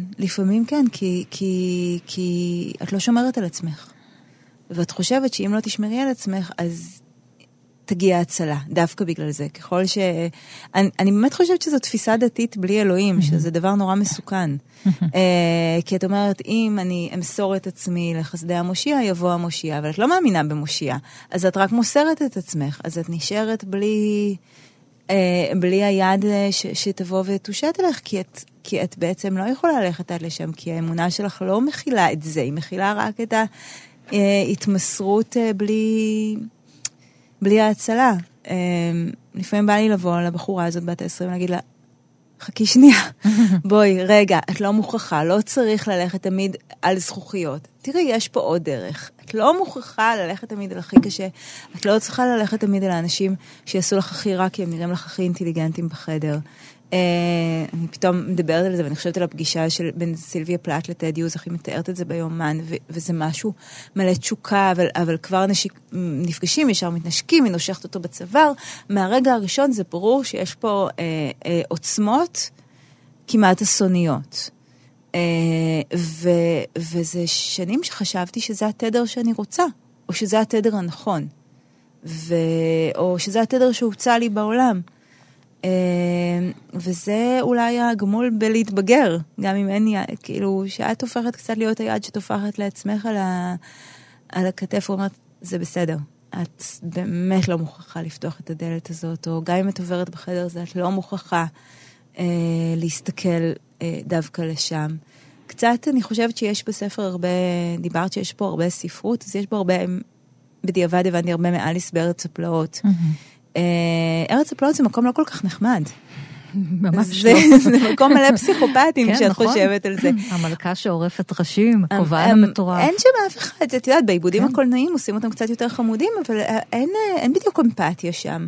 כי את לא שומרת על עצמך. ואת חושבת שאם לא תשמרי על עצמך, אז תגיע הצלה, דווקא בגלל זה. ככל אני באמת חושבת שזו תפיסה דתית בלי אלוהים, שזה דבר נורא מסוכן. כי את אומרת, אם אני אמסור את עצמי לחסדי המושיע, יבוא המושיע, אבל את לא מאמינה במושיע, אז את רק מוסרת את עצמך, אז את נשארת בלי היד שתבוא ותושט עליך, כי את בעצם לא יכולה ללכת עד לשם, כי האמונה שלך לא מכילה את זה, היא מכילה רק את ההתמסרות בלי ההצלה. לפעמים בא לי לבוא לבחורה הזאת בת ה-20 ולהגיד לה, חכי שנייה, בואי, רגע, את לא מוכרחה, לא צריך ללכת תמיד על זכוכיות. תראי, יש פה עוד דרך. את לא מוכרחה ללכת תמיד על הכי קשה, את לא צריכה ללכת תמיד על האנשים שיעשו לך הכי רע, כי הם נראים לך הכי אינטליגנטים בחדר. אני פתאום מדברת על זה, ואני חושבת על הפגישה בין סילביה פלאט לטד יוז, איך היא מתארת את זה ביומן, וזה משהו מלא תשוקה, אבל כבר נפגשים, ישר מתנשקים, היא נושכת אותו בצוואר. מהרגע הראשון זה ברור שיש פה עוצמות כמעט אסוניות. וזה שנים שחשבתי שזה התדר שאני רוצה, או שזה התדר הנכון, או שזה התדר שהוצא לי בעולם. וזה אולי הגמול בלהתבגר, גם אם אין יד, כאילו שאת הופכת קצת להיות היד שתופכת לעצמך על הכתף, ואומרת, זה בסדר, את באמת לא מוכרחה לפתוח את הדלת הזאת, או גם אם את עוברת בחדר הזה, את לא מוכרחה להסתכל דווקא לשם. קצת אני חושבת שיש בספר הרבה, דיברת שיש פה הרבה ספרות, אז יש פה הרבה, בדיעבד הבנתי הרבה מאליס בארץ הפלאות. ארץ הפלאות זה מקום לא כל כך נחמד. ממש לא. זה מקום מלא פסיכופטים כשאת חושבת על זה. המלכה שעורפת ראשים, הכובען המטורף. אין שם אף אחד, את יודעת, בעיבודים הקולנועיים עושים אותם קצת יותר חמודים, אבל אין בדיוק אמפתיה שם.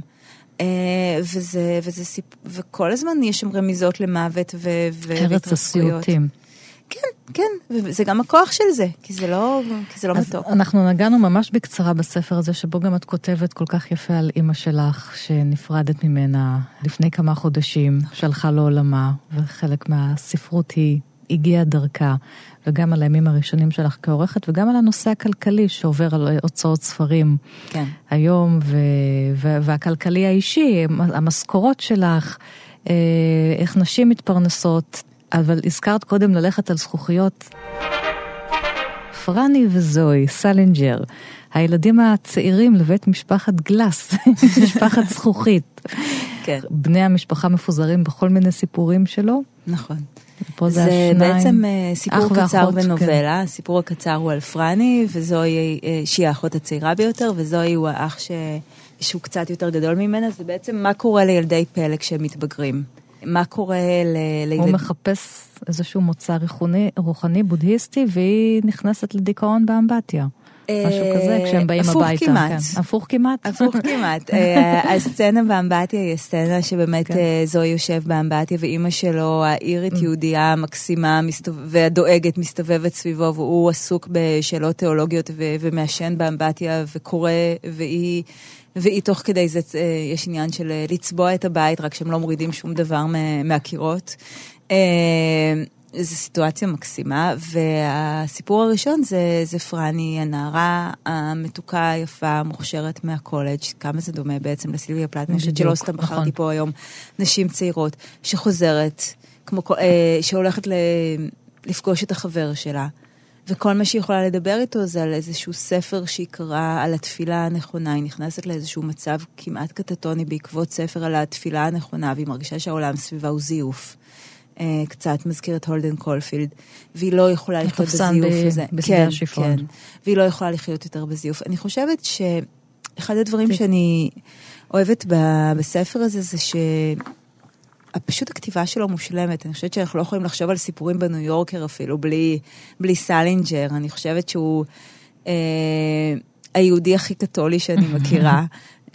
וכל הזמן יש שם רמיזות למוות ארץ הסיוטים. כן, וזה גם הכוח של זה, כי זה לא מתוק. אנחנו נגענו ממש בקצרה בספר הזה, שבו גם את כותבת כל כך יפה על אמא שלך, שנפרדת ממנה לפני כמה חודשים, שהלכה לעולמה, וחלק מהספרות היא הגיעה דרכה, וגם על הימים הראשונים שלך כעורכת, וגם על הנושא הכלכלי שעובר על הוצאות ספרים היום, והכלכלי האישי, המשכורות שלך, איך נשים מתפרנסות, אבל הזכרת קודם ללכת על זכוכיות. פרני וזוי, סלינג'ר, הילדים הצעירים לבית משפחת גלס, משפחת זכוכית. כן. בני המשפחה מפוזרים בכל מיני סיפורים שלו. נכון. זה בעצם סיפור קצר ונובלה, הסיפור הקצר הוא על פרני, וזוהי שהיא האחות הצעירה ביותר, וזוהי הוא האח שהוא קצת יותר גדול ממנה, זה בעצם מה קורה לילדי פלא כשהם מתבגרים. מה קורה לילדים? הוא מחפש איזשהו מוצא רוחני בודהיסטי, והיא נכנסת לדיכאון באמבטיה. משהו כזה, כשהם באים הביתה. הפוך כמעט. הפוך כמעט. הסצנה באמבטיה היא הסצנה שבאמת זוהי יושב באמבטיה, ואימא שלו, האירית יהודייה המקסימה והדואגת מסתובבת סביבו, והוא עסוק בשאלות תיאולוגיות ומעשן באמבטיה וקורא, והיא תוך כדי זה, יש עניין של לצבוע את הבית, רק שהם לא מורידים שום דבר מהקירות. זו סיטואציה מקסימה, והסיפור הראשון זה פרני, הנערה המתוקה, היפה, מוכשרת מהקולג', כמה זה דומה בעצם לסילביה פלט, אני חושבת שלא סתם בחרתי פה היום נשים צעירות, שחוזרת, שהולכת לפגוש את החבר שלה, וכל מה שהיא יכולה לדבר איתו זה על איזשהו ספר שהיא קראה על התפילה הנכונה, היא נכנסת לאיזשהו מצב כמעט קטטוני בעקבות ספר על התפילה הנכונה, והיא מרגישה שהעולם סביבה הוא זיוף. קצת מזכיר את הולדן קולפילד, והיא לא יכולה לחיות בזיוף הזה. כן, כן. והיא לא יכולה לחיות יותר בזיוף. אני חושבת שאחד הדברים שאני אוהבת בספר הזה, זה שפשוט הכתיבה שלו מושלמת. אני חושבת שאנחנו לא יכולים לחשוב על סיפורים בניו יורקר אפילו, בלי סלינג'ר. אני חושבת שהוא היהודי הכי קתולי שאני מכירה.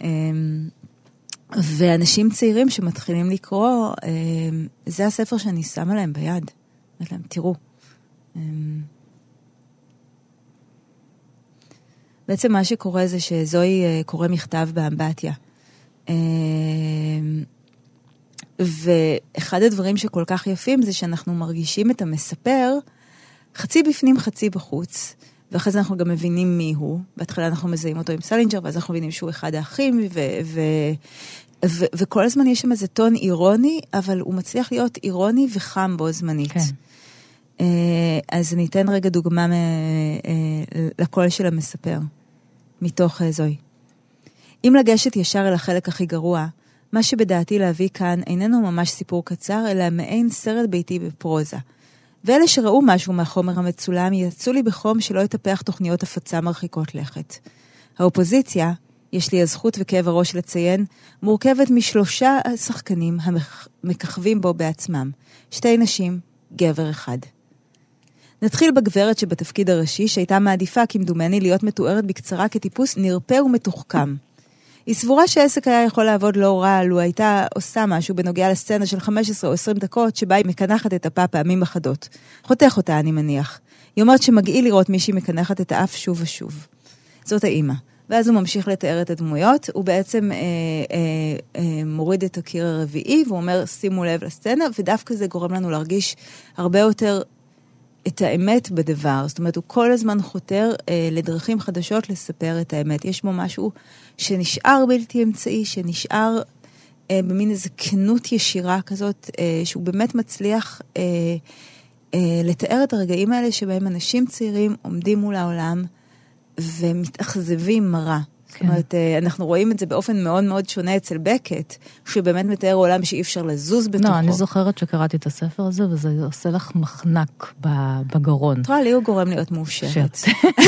ואנשים צעירים שמתחילים לקרוא, זה הספר שאני שמה להם ביד. אומרת להם, תראו. בעצם מה שקורה זה שזוהי קורא מכתב באמבטיה. ואחד הדברים שכל כך יפים זה שאנחנו מרגישים את המספר חצי בפנים, חצי בחוץ. ואחרי זה אנחנו גם מבינים מי הוא. בהתחלה אנחנו מזהים אותו עם סלינג'ר, ואז אנחנו מבינים שהוא אחד האחים, וכל הזמן יש שם איזה טון אירוני, אבל הוא מצליח להיות אירוני וחם בו זמנית. כן. אז אני אתן רגע דוגמה לקול של המספר, מתוך זוהי. אם לגשת ישר אל החלק הכי גרוע, מה שבדעתי להביא כאן איננו ממש סיפור קצר, אלא מעין סרט ביתי בפרוזה. ואלה שראו משהו מהחומר המצולם יצאו לי בחום שלא יטפח תוכניות הפצה מרחיקות לכת. האופוזיציה, יש לי הזכות וכאב הראש לציין, מורכבת מ3 שחקנים המככבים בו בעצמם. 2 נשים, גבר אחד. נתחיל בגברת שבתפקיד הראשי, שהייתה מעדיפה כמדומני להיות מתוארת בקצרה כטיפוס נרפה ומתוחכם. היא סבורה שהעסק היה יכול לעבוד לא רע, לו הייתה עושה משהו בנוגע לסצנה של 15 או 20 דקות, שבה היא מקנחת את הפה פעמים אחדות. חותך אותה, אני מניח. היא אומרת שמגעיל לראות מישהי מקנחת את האף שוב ושוב. זאת האמא. ואז הוא ממשיך לתאר את הדמויות, הוא בעצם מוריד את הקיר הרביעי, והוא אומר, שימו לב לסצנה, ודווקא זה גורם לנו להרגיש הרבה יותר את האמת בדבר. זאת אומרת, הוא כל הזמן חותר לדרכים חדשות לספר את האמת. יש בו משהו שנשאר בלתי אמצעי, שנשאר במין איזו כנות ישירה כזאת, שהוא באמת מצליח לתאר את הרגעים האלה שבהם אנשים צעירים עומדים מול העולם ומתאכזבים מרה. זאת אומרת, אנחנו רואים את זה באופן מאוד מאוד שונה אצל בקט, שבאמת מתאר עולם שאי אפשר לזוז בתוכו. לא, אני זוכרת שקראתי את הספר הזה, וזה עושה לך מחנק בגרון. תראה, לי הוא גורם להיות מאושרת.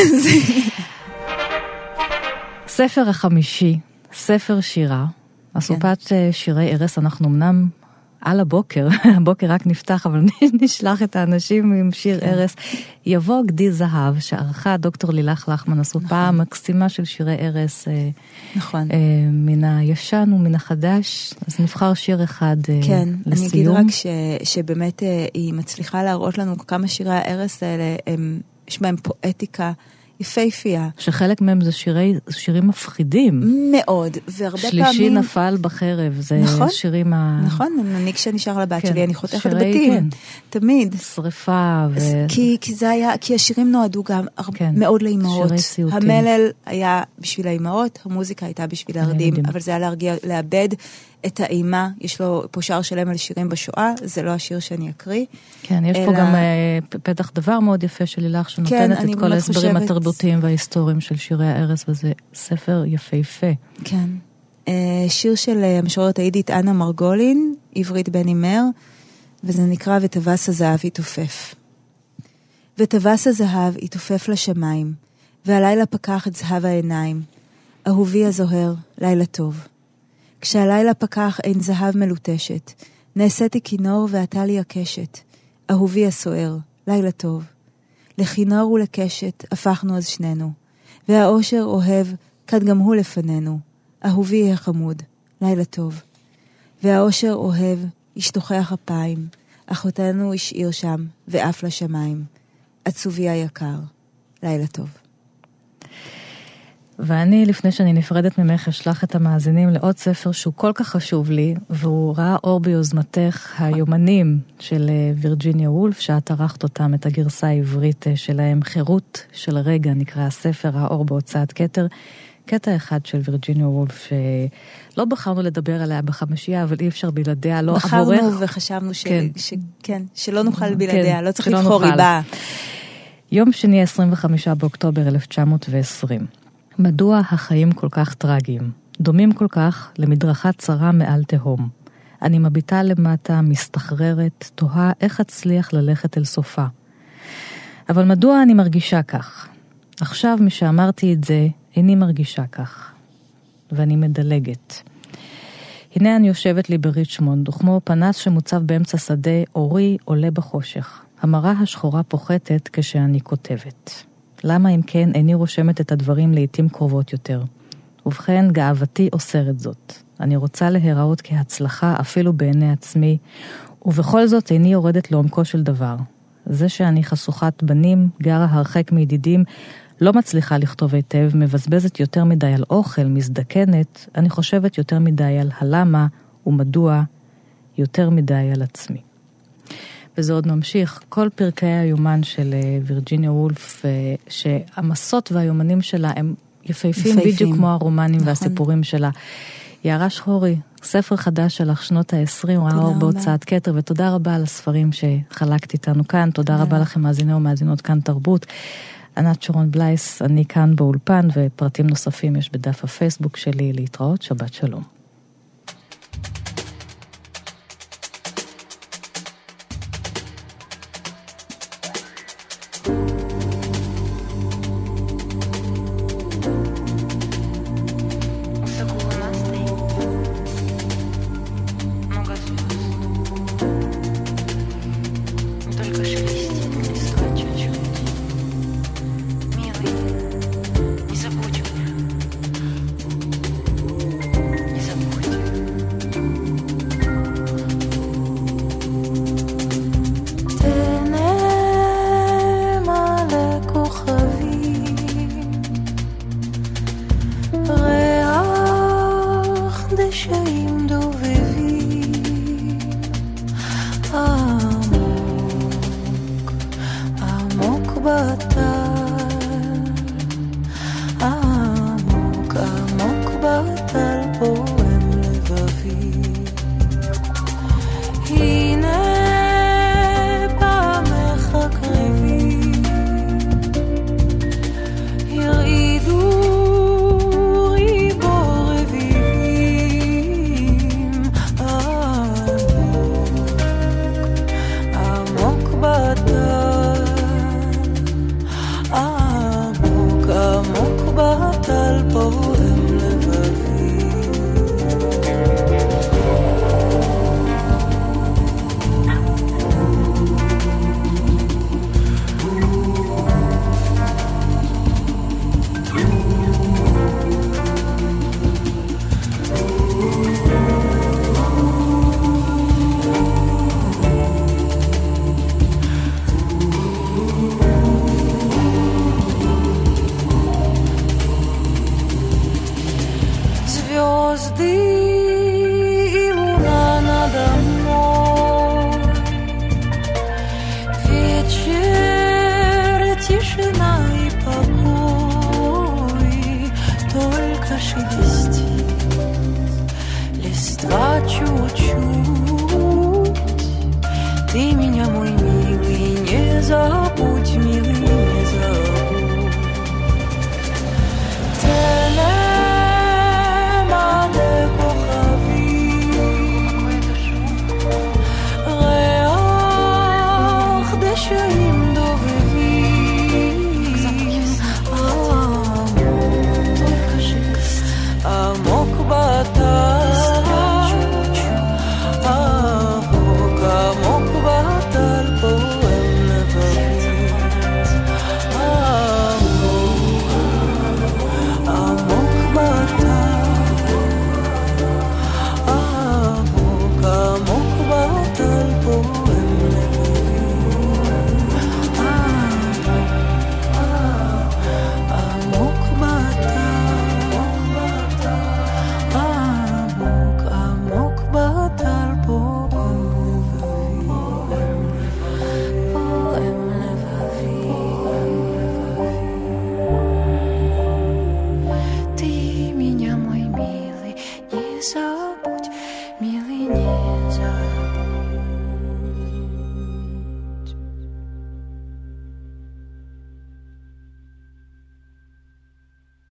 ספר החמישי, ספר שירה, אסופת שירי ערס, אנחנו אמנם על הבוקר רק נפתח, אבל נשלח את האנשים עם שיר ערס. יבוא גדי זהב, שערכה דוקטור לילך לחמן, אסופה מקסימה של שירי ערס. נכון. מן הישן ומן החדש, אז נבחר שיר אחד לסיום. כן, אני אגיד רק שבאמת היא מצליחה להראות לנו כמה שירי הערס האלה, יש בהם פואטיקה יפהפייה. שחלק מהם זה שירים מפחידים. מאוד, והרבה פעמים... שלישי נפל בחרב, זה שירים נכון, אני כשנשאר לבת שלי, אני חותכת בתים. תמיד. שריפה כי זה היה, כי השירים נועדו גם מאוד לאימהות. המלל היה בשביל האימהות, המוזיקה הייתה בשביל הילדים, אבל זה היה לאבד את האימה, יש לו פה שער שלם על שירים בשואה, זה לא השיר שאני אקריא. כן, יש פה גם פתח דבר מאוד יפה של לילך, שנותנת את כל ההסברים התרבותיים וההיסטוריים של שירי הארץ, וזה ספר יפהפה. כן. שיר של המשוררת היידית אנה מרגולין, עברית בני מר, וזה נקרא וטווס הזהב יתופף. וטווס הזהב יתופף לשמיים, והלילה פקח את זהב העיניים. אהובי הזוהר, לילה טוב. כשהלילה פקח אין זהב מלוטשת, נעשיתי כינור ואתה לי הקשת. אהובי הסוער, לילה טוב. לכינור ולקשת הפכנו אז שנינו, והאושר אוהב כד גם הוא לפנינו. אהובי החמוד, לילה טוב. והאושר אוהב ישתוכח אפיים, אחותנו השאיר שם ואף לשמיים. עצובי היקר, לילה טוב. ואני, לפני שאני נפרדת ממך, אשלח את המאזינים לעוד ספר שהוא כל כך חשוב לי, והוא ראה אור ביוזמתך, היומנים של וירג'יניה וולף, שאת ערכת אותם, את הגרסה העברית שלהם, חירות של רגע, נקרא הספר, האור בהוצאת כתר. קטע אחד של וירג'יניה וולף, שלא בחרנו לדבר עליה בחמישייה, אבל אי אפשר בלעדיה, לא עבורך. בחרנו וחשבנו שלא נוכל בלעדיה, לא צריך לבחור ריבה. יום שני, 25 באוקטובר 1920. מדוע החיים כל כך טרגיים? דומים כל כך למדרכה צרה מעל תהום. אני מביטה למטה, מסתחררת, תוהה איך אצליח ללכת אל סופה. אבל מדוע אני מרגישה כך? עכשיו משאמרתי את זה, איני מרגישה כך. ואני מדלגת. הנה אני יושבת לי בריצ'מונד, וכמו פנס שמוצב באמצע שדה, אורי עולה בחושך. המראה השחורה פוחתת כשאני כותבת. למה אם כן איני רושמת את הדברים לעתים קרובות יותר? ובכן, גאוותי אוסרת זאת. אני רוצה להיראות כהצלחה אפילו בעיני עצמי, ובכל זאת איני יורדת לעומקו של דבר. זה שאני חשוכת בנים, גרה הרחק מידידים, לא מצליחה לכתוב היטב, מבזבזת יותר מדי על אוכל, מזדקנת, אני חושבת יותר מדי על הלמה ומדוע, יותר מדי על עצמי. וזה עוד ממשיך, כל פרקי היומן של וירג'יניה וולף, שהמסות והיומנים שלה הם יפהפים בדיוק כמו הרומנים נכון. והסיפורים שלה. יערה שחורי, ספר חדש שלך, שנות ה-20, הוא האור בהוצאת כתר, ותודה רבה על הספרים שחלקת איתנו כאן, תודה רבה לכם מאזיני ומאזינות כאן תרבות. ענת שרון בלייס, אני כאן באולפן, ופרטים נוספים יש בדף הפייסבוק שלי, להתראות, שבת שלום. Шелестит лист два чуть-чуть. Ты меня, мой милый, не забудь.